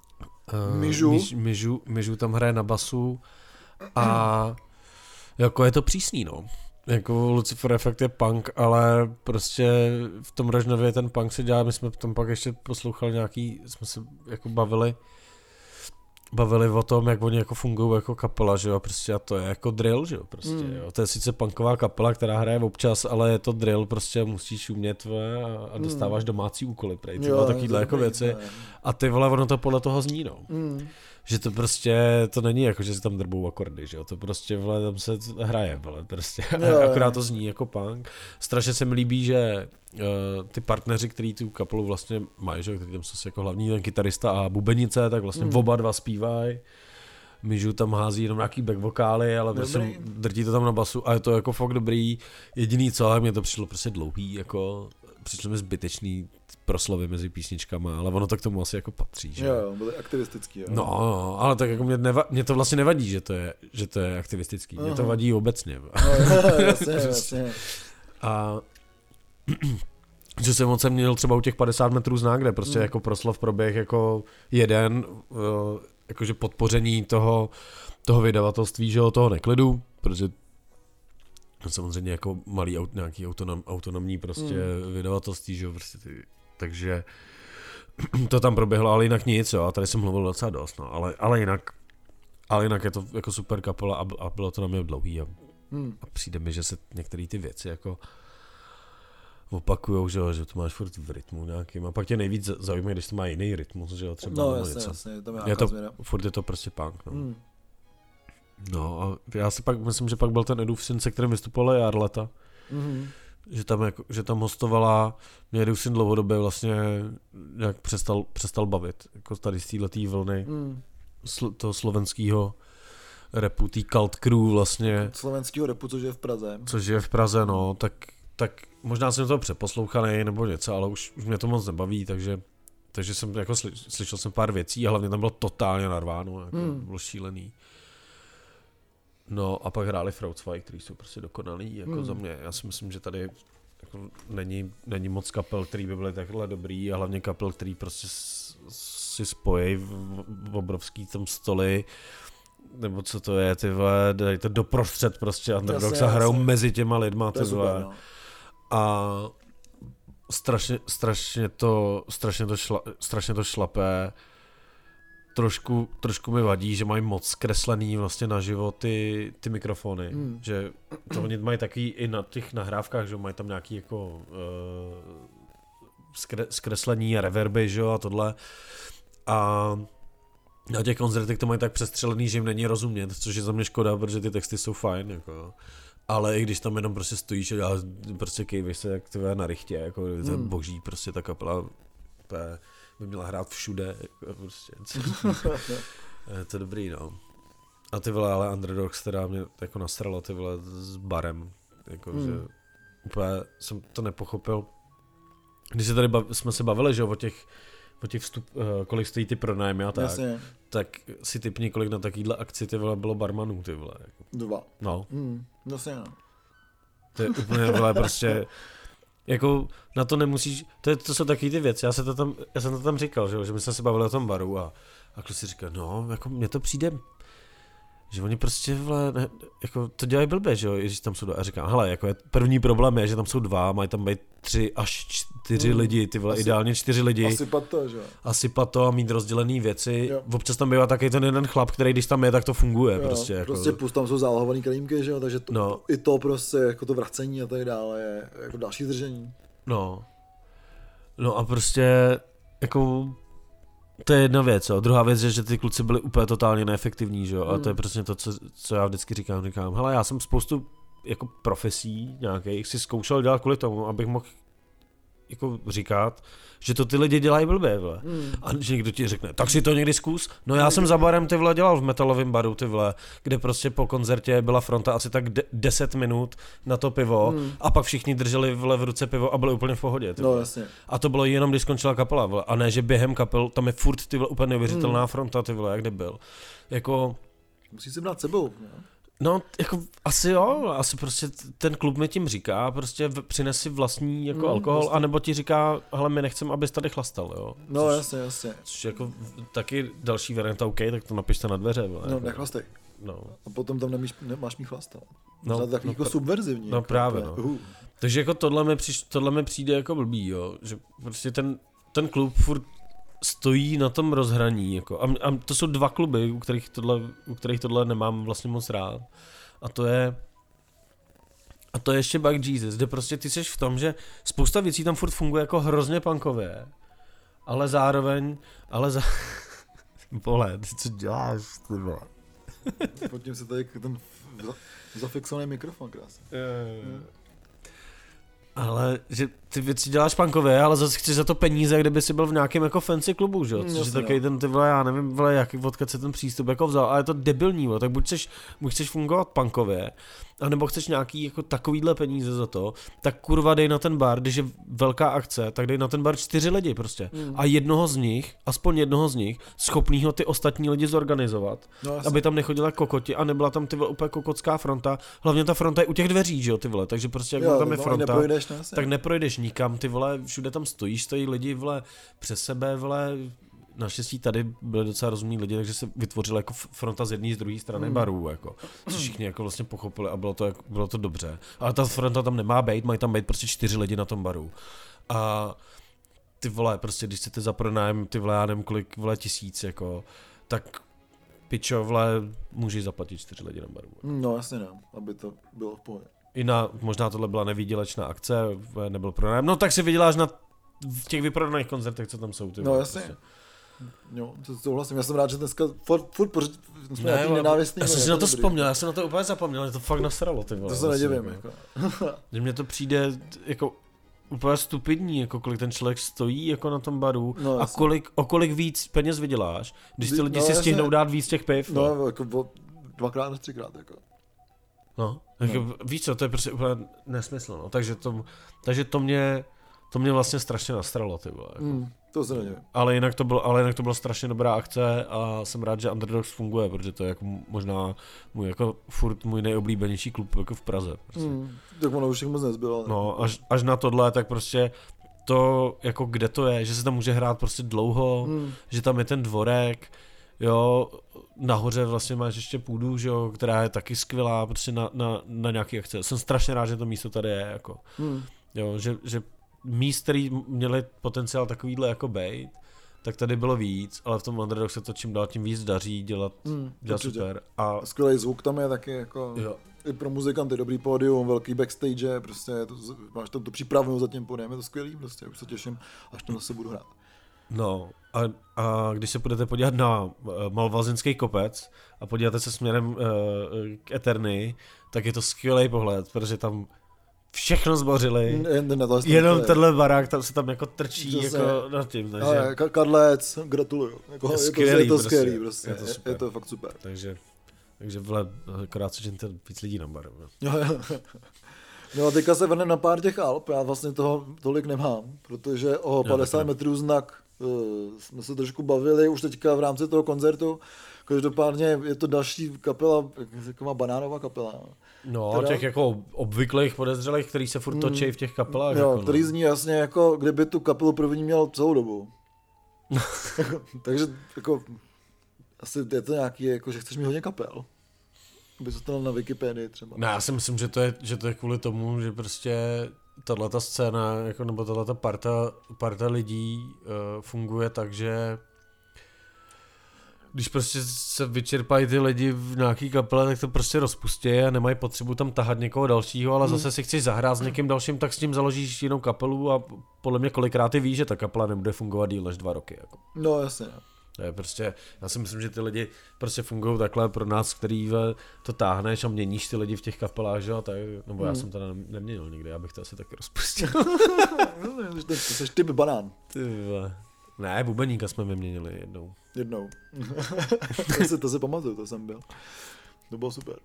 Mižu tam hraje na basu a jako je to přísný, no. Jako Lucifer Effect je punk, ale prostě v tom Rožnově ten punk se dělá, my jsme tam pak ještě poslouchali jsme se jako bavili o tom, jak oni jako fungují jako kapela, že jo, prostě a to je jako drill, že jo, prostě, jo. To je sice punková kapela, která hraje občas, ale je to drill, prostě musíš umět a dostáváš domácí úkoly, prej, takovýhle jako věci a ty vole, ono to podle toho zní, no. že to prostě, to není jako, že si tam drbou akordy, že jo, to prostě, vole, tam se hraje, vole, prostě, akorát to zní jako punk. Strašně se mi líbí, že ty partneři, který tu kapelu vlastně mají, že, který tam jsou jako hlavní, ten kytarista a bubenice, tak vlastně oba dva zpívají. Mižu tam hází jenom nějaký back vokály, ale prostě drtí to tam na basu a je to jako fakt dobrý. Jediný co, ale mně to přišlo prostě dlouhý, jako přišlo mi zbytečný proslovy mezi písničkama, ale ono to k tomu asi jako patří, že? Jo, byly aktivistický, jo. No, ale tak jako mě to vlastně nevadí, že to je aktivistický, mě to vadí obecně. Jasně. A že jsem moc měl třeba u těch 50 metrů znak, kde prostě jako proslov proběh jako jeden, jakože podpoření toho vydavatelství, že toho Neklidu, protože samozřejmě jako malý nějaký autonomní prostě vydavatelství, že prostě takže to tam proběhlo, ale jinak nic, jo, a tady jsem mluvil docela dost, no, ale jinak je to jako super kapela a bylo to na mě dlouhý a přijde mi, že se některé ty věci jako opakujou, že to máš furt v rytmu nějakým a pak tě nejvíc zajímá, když to má jiný rytmus, že jo, třeba no, jasně, tam je furt je to prostě punk, no. No a já si pak myslím, že pak byl ten Edův syn, se kterým vystupovala Jarleta, že tam hostovala, mě Edův syn dlouhodobě vlastně jak přestal bavit, jako tady z této vlny toho slovenského rapu, tý Cult Crew vlastně. Slovenského rapu, což je v Praze. No, tak možná jsem to přeposlouchaný nebo něco, ale už mě to moc nebaví, takže jsem jako slyšel jsem pár věcí a hlavně tam bylo totálně narváno, jako bylo šílený. No a pak hráli Frautzweig, který jsou prostě dokonalý, jako za mě. Já si myslím, že tady jako není moc kapel, který by byly takhle dobrý a hlavně kapel, který prostě si spojí v obrovský tam stoly, nebo co to je, ty vole, dají to doprostřed prostě Underdogs a hrajou mezi těma lidma, ty vole. No. A strašně to šlapé. Trošku mi vadí, že mají moc kreslený vlastně naživo ty mikrofony, že to oni mají taky i na těch nahrávkách, že mají tam nějaký jako zkreslení a reverby, že jo, a tohle. A na těch koncertech to mají tak přestřelený, že jim není rozumět, což je za mě škoda, protože ty texty jsou fajn, jako. Ale i když tam jenom prostě stojíš a prostě kejvíš se jak tvé na richtě, jako to je boží, prostě ta kapela, by měla hrát všude, jako prostě. Je to dobrý, no. A ty vole, ale Underdogs teda mě jako nasralo, ty vole, s barem, jako, že úplně jsem to nepochopil. Když se tady jsme se bavili, že o těch kolik stojí ty pronájmy a tak, jasně. Tak si typni, kolik na takovýhle akci ty vole bylo barmanů, ty vole. Jako. 2. No. Jasně, no. To je úplně, vole, prostě, jako na to nemusíš, to jsou taky ty věci, já jsem to tam říkal, že my jsme se bavili o tom baru a kluci říkal, no, jako mně to přijde, že oni prostě, vole, jako to dělají blbě, že jo, když tam jsou dva. A říkám, hele, jako první problém je, že tam jsou dva, mají tam být 3 až 4 lidi, ty vole, ideálně 4 lidi. Asypat to a mít rozdělený věci. Jo. Občas tam bývá taky ten jeden chlap, který když tam je, tak to funguje. Jo, prostě plus tam jsou zálohovaný kelímky, že jo, takže i to prostě, jako to vracení a tak dále je jako další držení. No a prostě, jako to je jedna věc, jo. Druhá věc je, že ty kluci byli úplně totálně neefektivní, že jo, a to je přesně to, co já vždycky říkám, hele, já jsem spoustu jako profesí nějakých si zkoušel dělat kvůli tomu, abych mohl jako říkat, že to ty lidi dělají blbě, vole. A že někdo ti řekne, tak si to někdy zkus. No já jsem za barem, ty vole, dělal v metalovém baru, ty vole, kde prostě po koncertě byla fronta asi tak 10 minut na to pivo a pak všichni drželi v ruce pivo a byli úplně v pohodě, ty vole. No, jasně. A to bylo jenom, když skončila kapela, vole. A ne, že během kapel, tam je furt, ty vole, úplně neuvěřitelná fronta, ty vole, jak byl. Jako musíš si brát sebou, ne? No, jako asi jo, asi prostě ten klub mi tím říká, prostě přines si vlastní jako alkohol, vlastně. Anebo ti říká, hele, my nechceme, abys tady chlastal, jo. No, jasně. Což jako taky další varianta, OK, tak to napište na dveře. No, jako, nechlastej. No. A potom tam nemáš mít chlastat. No, to je takový jako subverzivní. No jako, právě, no. Takže jako tohle mi přijde jako blbý, jo, že prostě ten klub furt stojí na tom rozhraní, jako. A to jsou 2 kluby, u kterých tohle nemám vlastně moc rád. A to je ještě Bug Jesus, kde prostě ty seš v tom, že spousta věcí tam furt funguje jako hrozně punkově, ale zároveň Vole, ty co děláš, ty vole? Potím se tady ten zafixovaný mikrofon krásně. Ale že ty věci děláš punkově, ale zase chceš za to peníze, kdyby si byl v nějakém jako fancy klubu, že jo? Což je takový ten, ty vole, já nevím, vole, jak, odkud se ten přístup jako vzal, ale je to debilní, vole, tak buď chceš fungovat punkově, anebo chceš nějaký jako takovýhle peníze za to, tak kurva dej na ten bar, když je velká akce, tak dej na ten bar 4 lidi prostě. A aspoň jednoho z nich, schopnýho ty ostatní lidi zorganizovat, aby tam nechodila kokoti a nebyla tam ty vole úplně kokotská fronta, hlavně ta fronta je u těch dveří, že jo, ty vole, takže prostě jak tam je fronta, tak neprojdeš nikam, ty vole, všude tam stojí lidi, vole, přes sebe, vole, naštěstí tady byly docela rozumní lidi, takže se vytvořila jako fronta z jedné z druhé strany barů, jako, což všichni jako vlastně pochopili a bylo to dobře. Ale ta fronta tam nemá být, mají tam být prostě 4 lidi na tom baru. A ty vole, prostě když chcete za pronájem, ty vole, já nevím kolik, vole, 1000, jako, tak pičo, vole, můžeš zaplatit 4 lidi na baru. No jasně ne, aby to bylo v pohodě. Možná tohle byla nevýdělečná akce, nebyl pronájem, no tak si vyděláš v těch vyprodaných koncertech, co tam jsou. Ty no jasně. Prostě. Jo, to souhlasím, já jsem rád, že dneska furt jsme nějaký nenávistný. Já jsem si na to vzpomněl, já jsem na to úplně zapomněl, to fakt nasralo, ty vole. To se nedivím, jako. Že mně to přijde jako úplně stupidní, jako kolik ten člověk stojí jako na tom baru a o kolik víc peněz vyděláš, když ty lidi si stihnou dát víc těch piv. No, jako 2x nebo 3x, jako. No, jako, víš co, to je prostě úplně nesmysl, no, takže to mě vlastně strašně nastralo, ty vole, jako. To se nevím. Ale jinak to byla strašně dobrá akce a jsem rád, že Underdogs funguje, protože to je jako možná můj nejoblíbenější klub jako v Praze. Prostě. Tak ono už jich moc nezbylo. No, až na tohle, tak prostě to, jako kde to je, že se tam může hrát prostě dlouho, že tam je ten dvorek, jo, nahoře vlastně máš ještě půdu, že jo, která je taky skvělá prostě na nějaký akce. Jsem strašně rád, že to místo tady je, jako. Jo, že míst, který měli potenciál takovýhle jako bejt, tak tady bylo víc, ale v tom Underdog se to čím dál tím víc daří dělat super. A skvělý zvuk tam je taky jako, jo. I pro muzikanty dobrý pódium, velký backstage, prostě máš tam tu přípravu za tím pódiem, je to skvělý, prostě už se těším, až tam zase budu hrát. No a když se budete podívat na Malvazinský kopec a podíváte se směrem k Eterny, tak je to skvělý pohled, protože tam všechno zbořili, jenom tenhle barák tam se tam jako trčí jako nad tím. Takže... Kadlec, gratuluju. Jako, je to skvělý prostě. Je to fakt super. Takže vle, akorát se ženíte víc lidí na baru. No a teďka se vrnem na pár těch Alp, já vlastně toho tolik nemám, protože o 50 metrů znak jsme se trošku bavili už teďka v rámci toho koncertu. Každopádně je to další kapela, taková banánová kapela. No, teda, těch jako obvyklých podezřelých, který se furt točí v těch kapelách. Jo, jako, který zní jasně jako, kdyby tu kapelu první měl celou dobu. Takže jako, asi je to nějaký, jako, že chceš mít hodně kapel. Aby se to na Wikipedii třeba. No, já si myslím, že to je kvůli tomu, že prostě tato scéna, jako, nebo tato parta lidí funguje tak, že když prostě se vyčerpají ty lidi v nějaký kapele, tak to prostě rozpustí a nemají potřebu tam tahat někoho dalšího, ale zase si chceš zahrát s někým dalším, tak s tím založíš jinou kapelu a podle mě kolikrát ty víš, že ta kapela nebude fungovat díl než 2 roky. Jako. No jasně. To je prostě, já si myslím, že ty lidi prostě fungují takhle pro nás, který to táhneš a měníš ty lidi v těch kapelách, že jo, tak, nebo já jsem to neměnil nikdy, já bych to asi taky rozpustil. To jsi typ banán. Ne, bubeníka jsme vyměnili jednou. to si pamatuju, to jsem byl. To bylo super.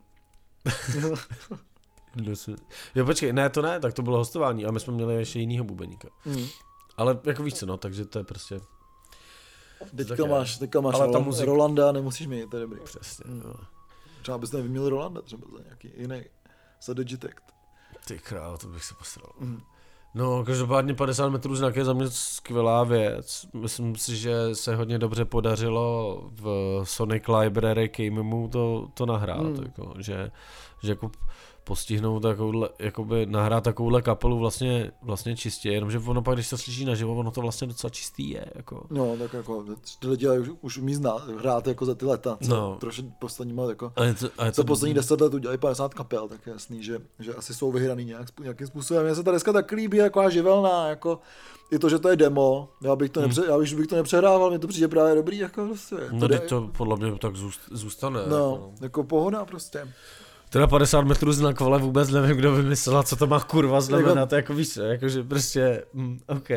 Jo, počkej, ne, tak to bylo hostování, a my jsme měli ještě jinýho bubeníka. Ale jako víš co, no, takže to je prostě... Teďka máš Rolanda, nemusíš mít, to je dobrý. Přesně, no. Třeba bys nevyměnil Rolanda, třeba za nějaký jiný, za Digitect. Ty král, to bych se postaral. No, každopádně 50 metrů znak je za mě skvělá věc. Myslím si, že se hodně dobře podařilo v Sonic Library Gamemu to nahrát, jako, že jako postihnout takovouhle, jakoby nahrát takovouhle kapelu vlastně čistě, jenomže ono pak, když se slyší naživo, ono to vlastně docela čistý je, jako. No, tak jako, ty lidi už umí hrát jako za ty leta, co trošku posledníma, jako, za poslední 10 let udělají 50 kapel, tak je jasný, že asi jsou vyhraný nějakým způsobem. Mně se ta deska tak líbí, dobrý, taková živelná, jako i to, že to je demo, já bych to nepřehrával, mi to přijde právě dobrý, jako prostě. No to podle mě tak zůstane. No, jako pohoda prostě. Teda 50 metrů znak, ale vůbec nevím, kdo vymyslel, co to má kurva znamenat, jako víš, jakože prostě, OK.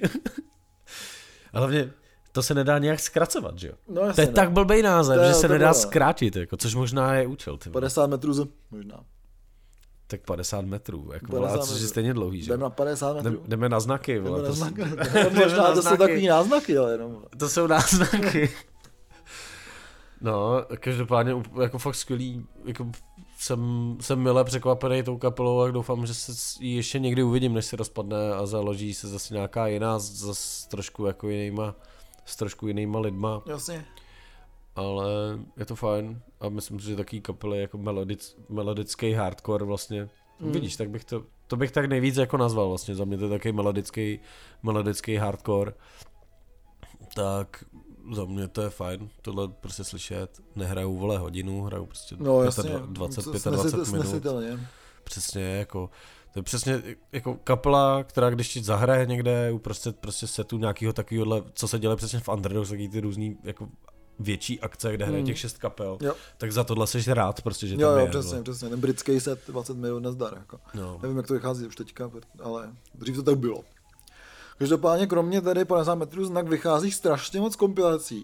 Ale hlavně, to se nedá nějak zkracovat, že jo? No, jasně, to je tak blbej název, že se nedá bylo. Zkrátit, jako, což možná je účel. 50 metrů možná. Tak 50 metrů, jako 50 což je stejně dlouhý, že? Jdeme na 50 metrů. Jdeme na znaky, vole. Možná to jsou takový náznaky, ale jenom. To jsou náznaky. No, každopádně jako fakt skvělý, jako jsem milé překvapený tou kapelou a doufám, že se ji ještě někdy uvidím, než se rozpadne a založí se zase nějaká jiná, zase trošku jako s trošku jinýma lidma. Jasně. Ale je to fajn a myslím si, že takový kapely jako melodický hardcore vlastně, vidíš, tak bych to bych tak nejvíc jako nazval vlastně, za mě to je takový melodický hardcore, tak za mě to je fajn, tohle prostě slyšet, nehrajou vole hodinu, hrajou prostě 25 minut, přesně jako, to je přesně jako kapela, která když ti zahraje někde prostě setu nějakého takového, co se dělá přesně v Underdogs, taky ty různý jako větší akce, kde hraje těch 6 kapel, tak za tohle seš rád, prostě, že tam je. Přesně, ten britský set 20 minut nazdar, jako. Nevím, jak to vychází už teďka, ale dřív to tak bylo. Každopádně kromě tady 50 metrů znak vychází strašně moc kompilací.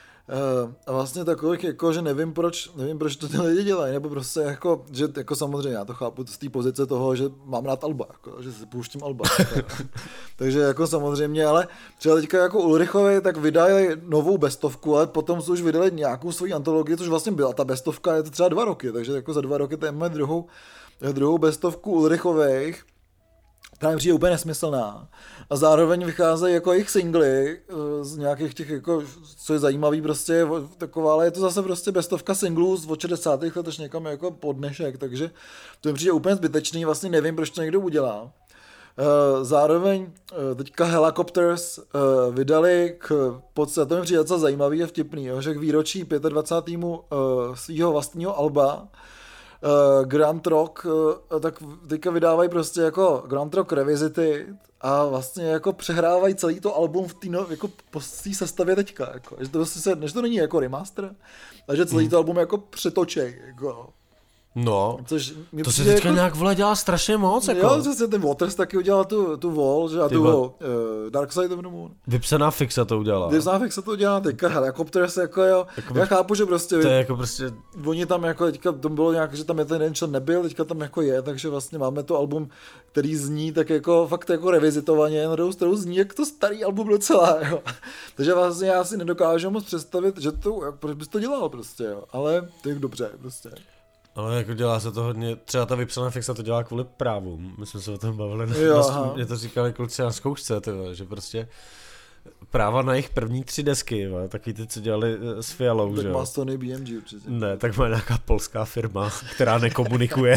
A vlastně takových, jako, že nevím proč to ty lidi dělají, nebo prostě jako, že jako samozřejmě já to chápu z té pozice toho, že mám rád alba, jako, že si pouštím alba. Jako, takže jako samozřejmě, ale třeba teďka jako Ulrichovi tak vydali novou bestovku, ale potom už vydali nějakou svoji antologii, což vlastně byla ta bestovka, je to třeba 2 roky, takže jako za 2 roky tady máme druhou bestovku Ulrichových, která mi přijde úplně nesmyslná. A zároveň vycházejí jako jejich singly z nějakých těch, jako, co je zajímavý prostě, taková, ale je to zase prostě bestovka singlů z 60. let až někam jako pod dnešek, takže to mi přijde úplně zbytečný, vlastně nevím, proč to někdo udělá. Zároveň teďka Helicopters vydali to mi přijde docela zajímavý a vtipný, že k výročí 25. svýho vlastního alba Grand Rock, tak teďka vydávají prostě jako Grand Rock Revisited a vlastně jako přehrávají celý to album v té jako po té sestavě teďka, jako, že to vlastně než to není jako remaster, a že celý to album jako přetočej, jako. No, což to se teďka jako, nějak vole dělá strašně moc, jako. Jo, přesně ten Waters taky udělal tu Wall, že a tu Dark Side of the Moon. Vypsaná fixa to udělala. Vypsaná fixa to udělala, teďka Helicopters, jako jo, já chápu, že prostě, to je jako prostě, oni tam jako, teďka to bylo nějak, že tam je ten jeden člen nebyl, teďka tam jako je, takže vlastně máme to album, který zní tak jako fakt jako revizitovaně, na druhou stranu zní jak to starý album docela, jo. Takže vlastně já si nedokážu moc představit, že to, jak, proč bys to dělal prostě, jo, ale to je dobře, prostě. Ale jako dělá se to hodně, třeba ta vypsaná fixa to dělá kvůli právům, my jsme se o tom bavili, mě to říkali kluci na zkoušce, že prostě práva na jejich první 3 desky, taky ty, co dělali s Fialou, že jo. Tak má Sony BMG určitě. Ne, tak má nějaká polská firma, která nekomunikuje.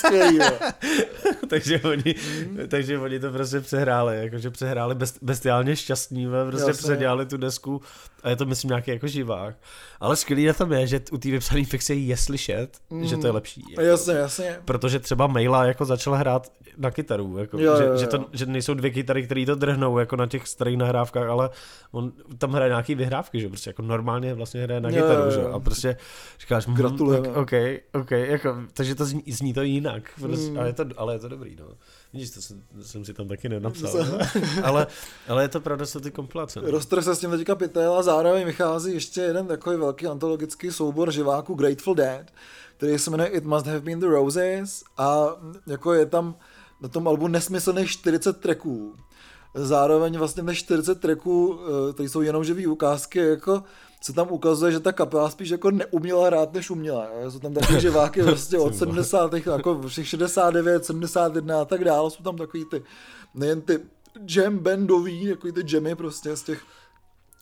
takže oni to prostě přehráli, jakože přehráli bestiálně šťastní, prostě předělali tu desku a je to myslím nějaký jako živák. Ale skvělý na tom je, že u té vypsané fixe je slyšet, že to je lepší. Jako, jasně. Protože třeba Maila jako začal hrát na kytaru, jako, že nejsou 2 kytary, které to drhnou jako na těch starých nahrávkách, ale on tam hraje nějaký vyhrávky, že prostě jako normálně vlastně hraje na kytaru, že a prostě říkáš, gratulujeme. OK, jako, takže to zní to jinak, prostě, ale je to dobrý, no. Vidíš, to jsem si tam taky nenapsal, ale je to pravda, jsou ty kompilace. No. Roster se s tím teďka pytel a zároveň vychází ještě jeden takový velký antologický soubor živáků Grateful Dead, který se jmenuje It Must Have Been the Roses a jako je tam na tom albu nesmyslných 40 tracků. Zároveň vlastně těch 40 tracků, které jsou jenom živý ukázky, jako se tam ukazuje, že ta kapela spíš jako neuměla hrát, než uměla. Jsou tam takový živáky prostě od 70. jako všech 69, 71 a tak dále. Jsou tam takový ty, nejen ty jam bandový, takový ty jammy prostě z těch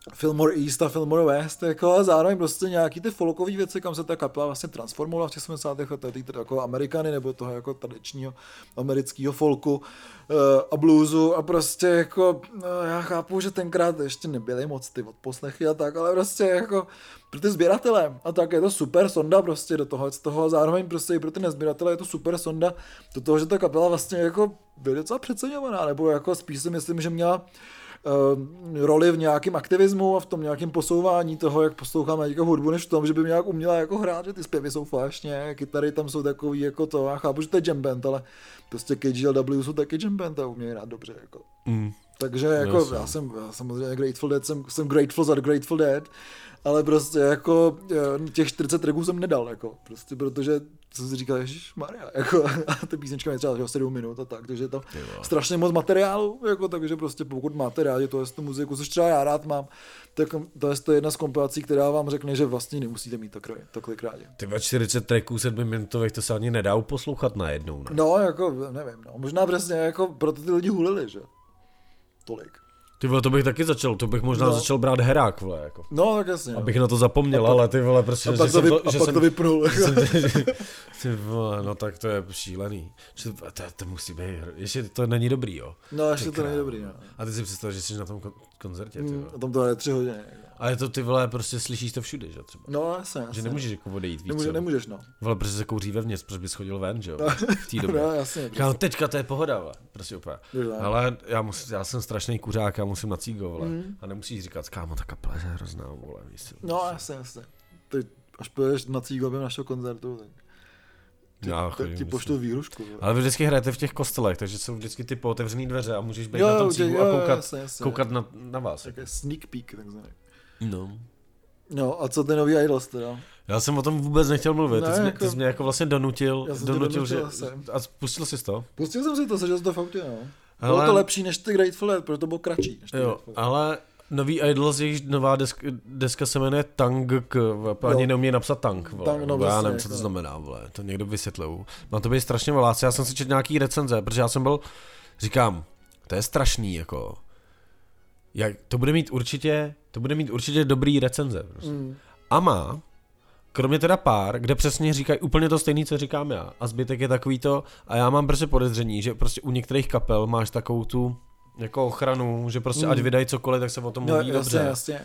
Fillmore East a Fillmore West, jako, a zároveň prostě nějaký ty folkový věci, kam se ta kapela vlastně transformovala v těch 70. letech, jako Amerikany nebo toho jako tradičního amerického folku a bluesu a prostě jako já chápu, že tenkrát ještě nebyly moc ty odposlechy a tak, ale prostě jako pro ty sběratele a tak je to super sonda prostě do toho, z toho a zároveň prostě i pro ty nezběratele je to super sonda do toho, že ta kapela vlastně jako byla docela přeceňovaná, nebo jako spíš si myslím, že měla roli v nějakém aktivismu a v tom nějakém posouvání toho, jak posloucháme jako hudbu, než v tom, že by nějak uměla jako hrát, že ty zpěvy jsou flášně, kytary tam jsou takový jako to, já chápu, že to je jam band, ale prostě KGLW jsou taky jam band a umějí hrát dobře, jako. Takže jako já jsem samozřejmě Grateful Dead, jsem grateful za Grateful Dead, ale prostě jako těch 40 tracků jsem nedal, jako, prostě protože jsem si říkal, ježišmarja, jako, a ty písnička mě třeba 7 minut a tak, takže je to strašně moc materiálu, jako, takže prostě pokud máte rádi tu muziku, což třeba já rád mám, tak to je jedna z kompilací, která vám řekne, že vlastně nemusíte mít takhle rádi. Ty 40 tracků 7 minutových, to se ani nedá poslouchat najednou, ne? No, jako, nevím, no, možná přesně, jako, proto ty lidi hulili, že? Tolik. Ty vole, to bych taky začal, to bych možná začal brát herák, vole, jako. No, tak jasně. Abych na to zapomněl, ale ty vole, prostě, a pak to vypnul. Ty vole, no tak to je šílený. To musí být, ještě to není dobrý, jo. No, ještě to není dobrý, no. A ty si představ, že jsi na tom koncertě, ty vole. A tam to je 3 hodiny. A je to ty vole, prostě slyšíš to všude, že třeba. No, jasně. Že nemůžeš jako odejít víc. Nemůžeš, no. Vole, protože se kouří vevnitř, protože bys chodil ven, že jo. V té době. No, jasně. Kámo, teďka to je pohoda, vole. Prostě úplně. Ale já jsem strašný kuřák, já musím na cígo, vole. A nemusíš říkat, kámo, ta kapela je hrozná, vole. No, jasně. Ty, až půjdeš na cígo během našeho koncertu, tak ti pošlu výhrušku. Ale vy vždycky hrajete v těch kostelech, takže jsou vždycky ty pootevřený dveře a můžeš být na tom cígu a koukat na vás. Tak je sneak peek, takzvaný. No. No, a co ty nový Idols teda? Já jsem o tom vůbec nechtěl mluvit, ne, ty jsi mě jako vlastně donutil, že... A pustil jsi to? Pustil jsem si to, seděl jsem to v autě, no. Bylo to lepší než ty Grateful Dead, protože to bylo kratší. Jo, ale nový Idols, jejich nová deska se jmenuje Tang, ani neumějí napsat Tang, vole. No, já nevím, co to znamená, vole, to někdo vysvětlil. Má to být strašně voláci, já jsem si četl nějaký recenze, protože já jsem byl, říkám, to je strašný, jako, to bude mít určitě dobrý recenze, prostě. A má, kromě teda pár, kde přesně říkají úplně to stejné, co říkám já, a zbytek je takový to, a já mám prostě podezření, že prostě u některých kapel máš takovou tu jako ochranu, že prostě ať vydají cokoliv, tak se o tom mluví dobře. Jasně.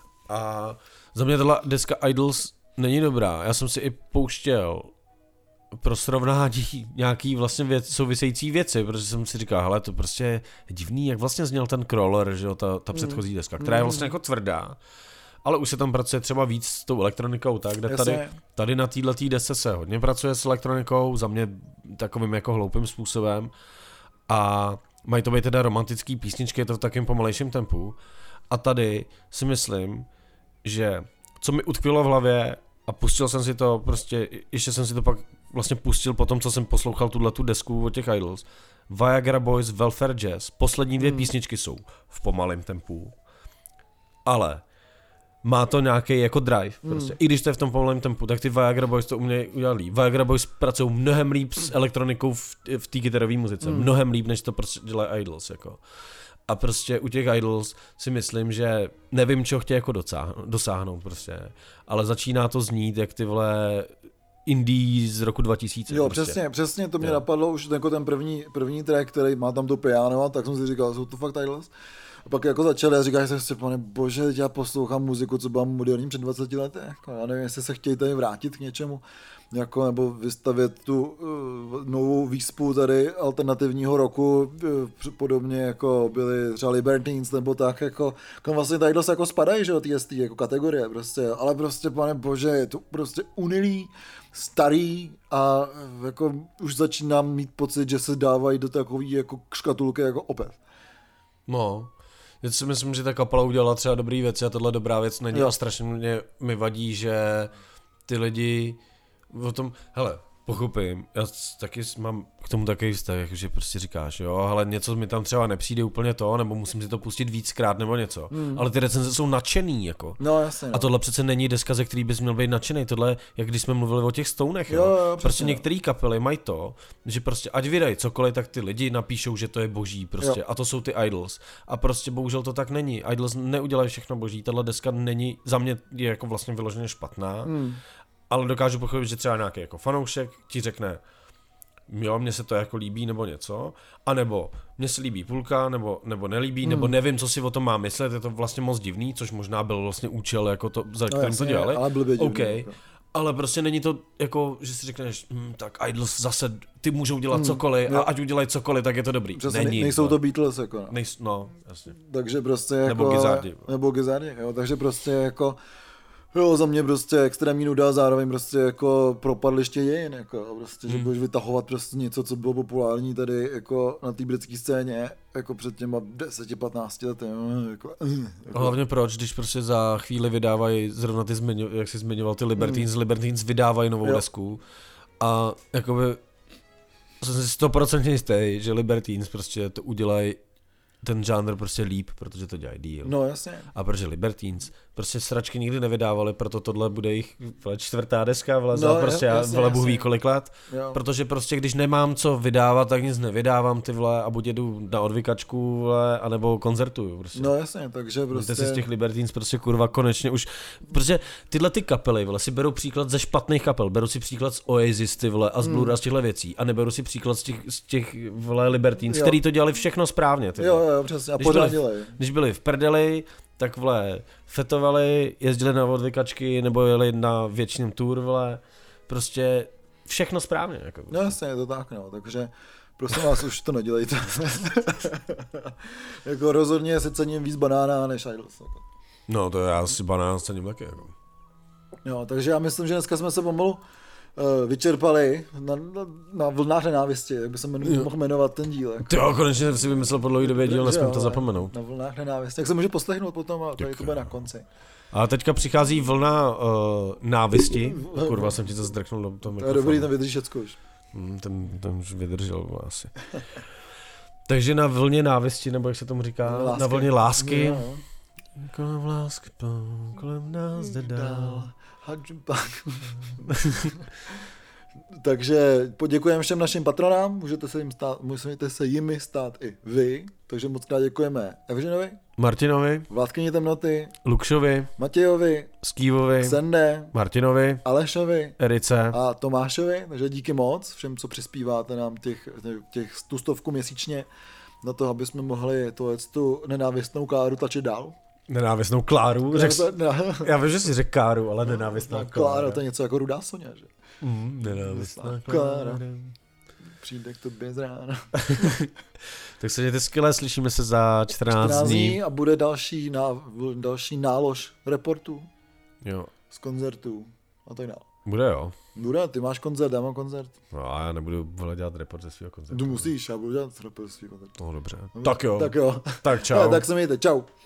A za mě tato deska Idols není dobrá. Já jsem si i pouštěl pro srovnání nějaký vlastně související věci, protože jsem si říkal, hele, to prostě je divný, jak vlastně zněl ten Crawler, že jo, ta předchozí deska, která je vlastně jako tvrdá, ale už se tam pracuje třeba víc s tou elektronikou, tak, kde tady na této desce se hodně pracuje s elektronikou, za mě takovým jako hloupým způsobem, a mají to být teda romantický písničky, je to v takém pomalejším tempu. A tady si myslím, že co mi utkvělo v hlavě a pustil jsem si to prostě, ještě jsem si to pak vlastně pustil po tom, co jsem poslouchal tu desku od těch Idols. Viagra Boys, Welfare Jazz, poslední 2 písničky jsou v pomalém tempu, ale má to nějaký jako drive, prostě. I když to je v tom pomalém tempu, tak ty Viagra Boys to umějí udělat líp. Viagra Boys pracují mnohem líp s elektronikou v té kytarové muzice, mnohem líp, než to prostě dělají Idols, jako. A prostě u těch Idols si myslím, že nevím, čeho chtějí jako dosáhnout prostě, ale začíná to znít, jak ty vole indie z roku 2000. Jo, prostě. přesně, to mě napadlo už jako ten první track, který má tam to piano, tak jsem si říkal, jsou to fakt Idols. A pak jako začali a říkáš si, pane bože, já poslouchám muziku, co byla moderní před 20 lety. Jako, já nevím, jestli se chtějí tady vrátit k něčemu, jako, nebo vystavět tu novou výspu tady alternativního roku, podobně jako byly třeba Libertines, nebo tak, jako, kam vlastně tady dost jako spadají, že jo, ty jako kategorie, prostě, ale prostě, pane bože, je to prostě unilý, starý a jako už začínám mít pocit, že se dávají do takový jako škatulky jako opět. No, já si myslím, že ta kapela udělala třeba dobrý věci a tohle dobrá věc není a strašně mi vadí, že ty lidi o tom, hele, Pochopím, já taky mám k tomu takový vztah, že prostě říkáš, jo, ale něco mi tam třeba nepřijde úplně to, nebo musím si to pustit víckrát nebo něco, ale ty recenze jsou nadšený, jako. No jasně. No. A tohle přece není deska, ze který bys měl být nadšený, tohle, jak když jsme mluvili o těch Stonech, jo, prostě některé kapely mají to, že prostě ať vydají cokoliv, tak ty lidi napíšou, že to je boží, prostě, jo. A to jsou ty Idols. A prostě bohužel to tak není, Idols neudělají všechno boží, tahle deska není, za mě je jako vlastně vyloženě špatná. Ale dokážu pochopit, že třeba nějaký jako fanoušek ti řekne, jo, mně se to jako líbí nebo něco, anebo mně se líbí půlka, nebo nelíbí, nebo nevím, co si o tom mám myslet, je to vlastně moc divný, což možná byl vlastně účel, jako to, za kterým to dělali. Ale blbě divný, okay. Ale prostě není to jako, že si řekneš, tak Idols zase, ty můžou dělat cokoliv a ať udělají cokoliv, tak je to dobrý. Přesně, nejsou to Beatles, jako. No, jasně. Takže prostě jako... Nebo Gizzardi, jo, takže prostě jako... Jo, za mě prostě extrémní nuda a zároveň prostě jako propadliště dějin, jako prostě, že budeš vytahovat prostě něco, co bylo populární tady jako na té britské scéně, jako před těma 10-15 lety, jako. Hlavně proč, když prostě za chvíli vydávají, zrovna ty jak jsi zmiňoval, ty Libertines vydávají novou desku a jakoby jsem si 100% jistý, že Libertines prostě to udělají ten žánr prostě líp, protože to dělají díl. No jasně. A protože Libertines prostě sračky nikdy nevydávali, proto tohle bude jich 4. deska vleze, prostě já Bůh ví kolik let. Jo. Protože prostě když nemám co vydávat, tak nic nevydávám ty vole a buď jedu na odvykačku vole, anebo koncertuju prostě. No jasně, takže prostě... Víte si z těch Libertines prostě kurva konečně už, protože tyhle ty kapely vole si berou příklad ze špatných kapel, berou si příklad z Oasis ty vole a z Blur a z těchto věcí a neberou si příklad z těch vole Libertines, který to dělali všechno správně. Ty vole. Jo, přesně, a pořád dělají. Když byli v prdeli, tak vole fetovali, jezdili na odvykačky nebo jeli na věčným tour, vole, prostě všechno správně. Jako. No jasně, je to tak, no, takže prosím vás, už to nedělejte. Jako rozhodně si cením víc banána než Idols. Jako. No to já si banán cením taky. Jako. Jo, takže já myslím, že dneska jsme se pomalu vyčerpali na vlnách nenávisti, jak by se mohl jmenovat ten díl. Jako. Jo, konečně jsem si vymyslel po dlouhé době díl, nesmím to zapomenout. Na vlnách nenávisti, jak se může poslechnout potom a tady to bude na konci. A teďka přichází vlna návisti. Kurva, jsem ti to zdrknul do toho mikrofonu. Dobrý, ten vydrží všecko už. Ten už vydržel asi. Takže na vlně návisti, nebo jak se tomu říká, na vlně lásky. Jo. Kolem lásky, kolem nás jde dál. Takže poděkujeme všem našim patronám, můžete se jimi stát i vy, takže moc krát děkujeme Evženovi, Martinovi, Vládkyni temnoty, Lukšovi, Matějovi, Skývovi, Sende, Martinovi, Alešovi, Erice a Tomášovi, takže díky moc všem, co přispíváte nám tu 100 měsíčně na to, aby jsme mohli tu nenávistnou Kláru tlačit dál. Nenávistnou Kláru? Já vím, že jsi řekl Káru, ale nenávistná Klára. To je něco jako Rudá Soňa, že? Nenávistná Klára. Přijde k tobě z rána. Tak se mějte skvěle, slyšíme se za 14 dní. A bude další nálož reportů. Jo. Z koncertů a tak dále. Bude jo. Bude, ty máš koncert, já mám koncert. No a já nebudu dělat report ze svého koncertu. Tu musíš, já budu dělat report ze svého koncertu. No dobře. Tak jo. Tak jo. Tak čau. Tak se mějte, čau.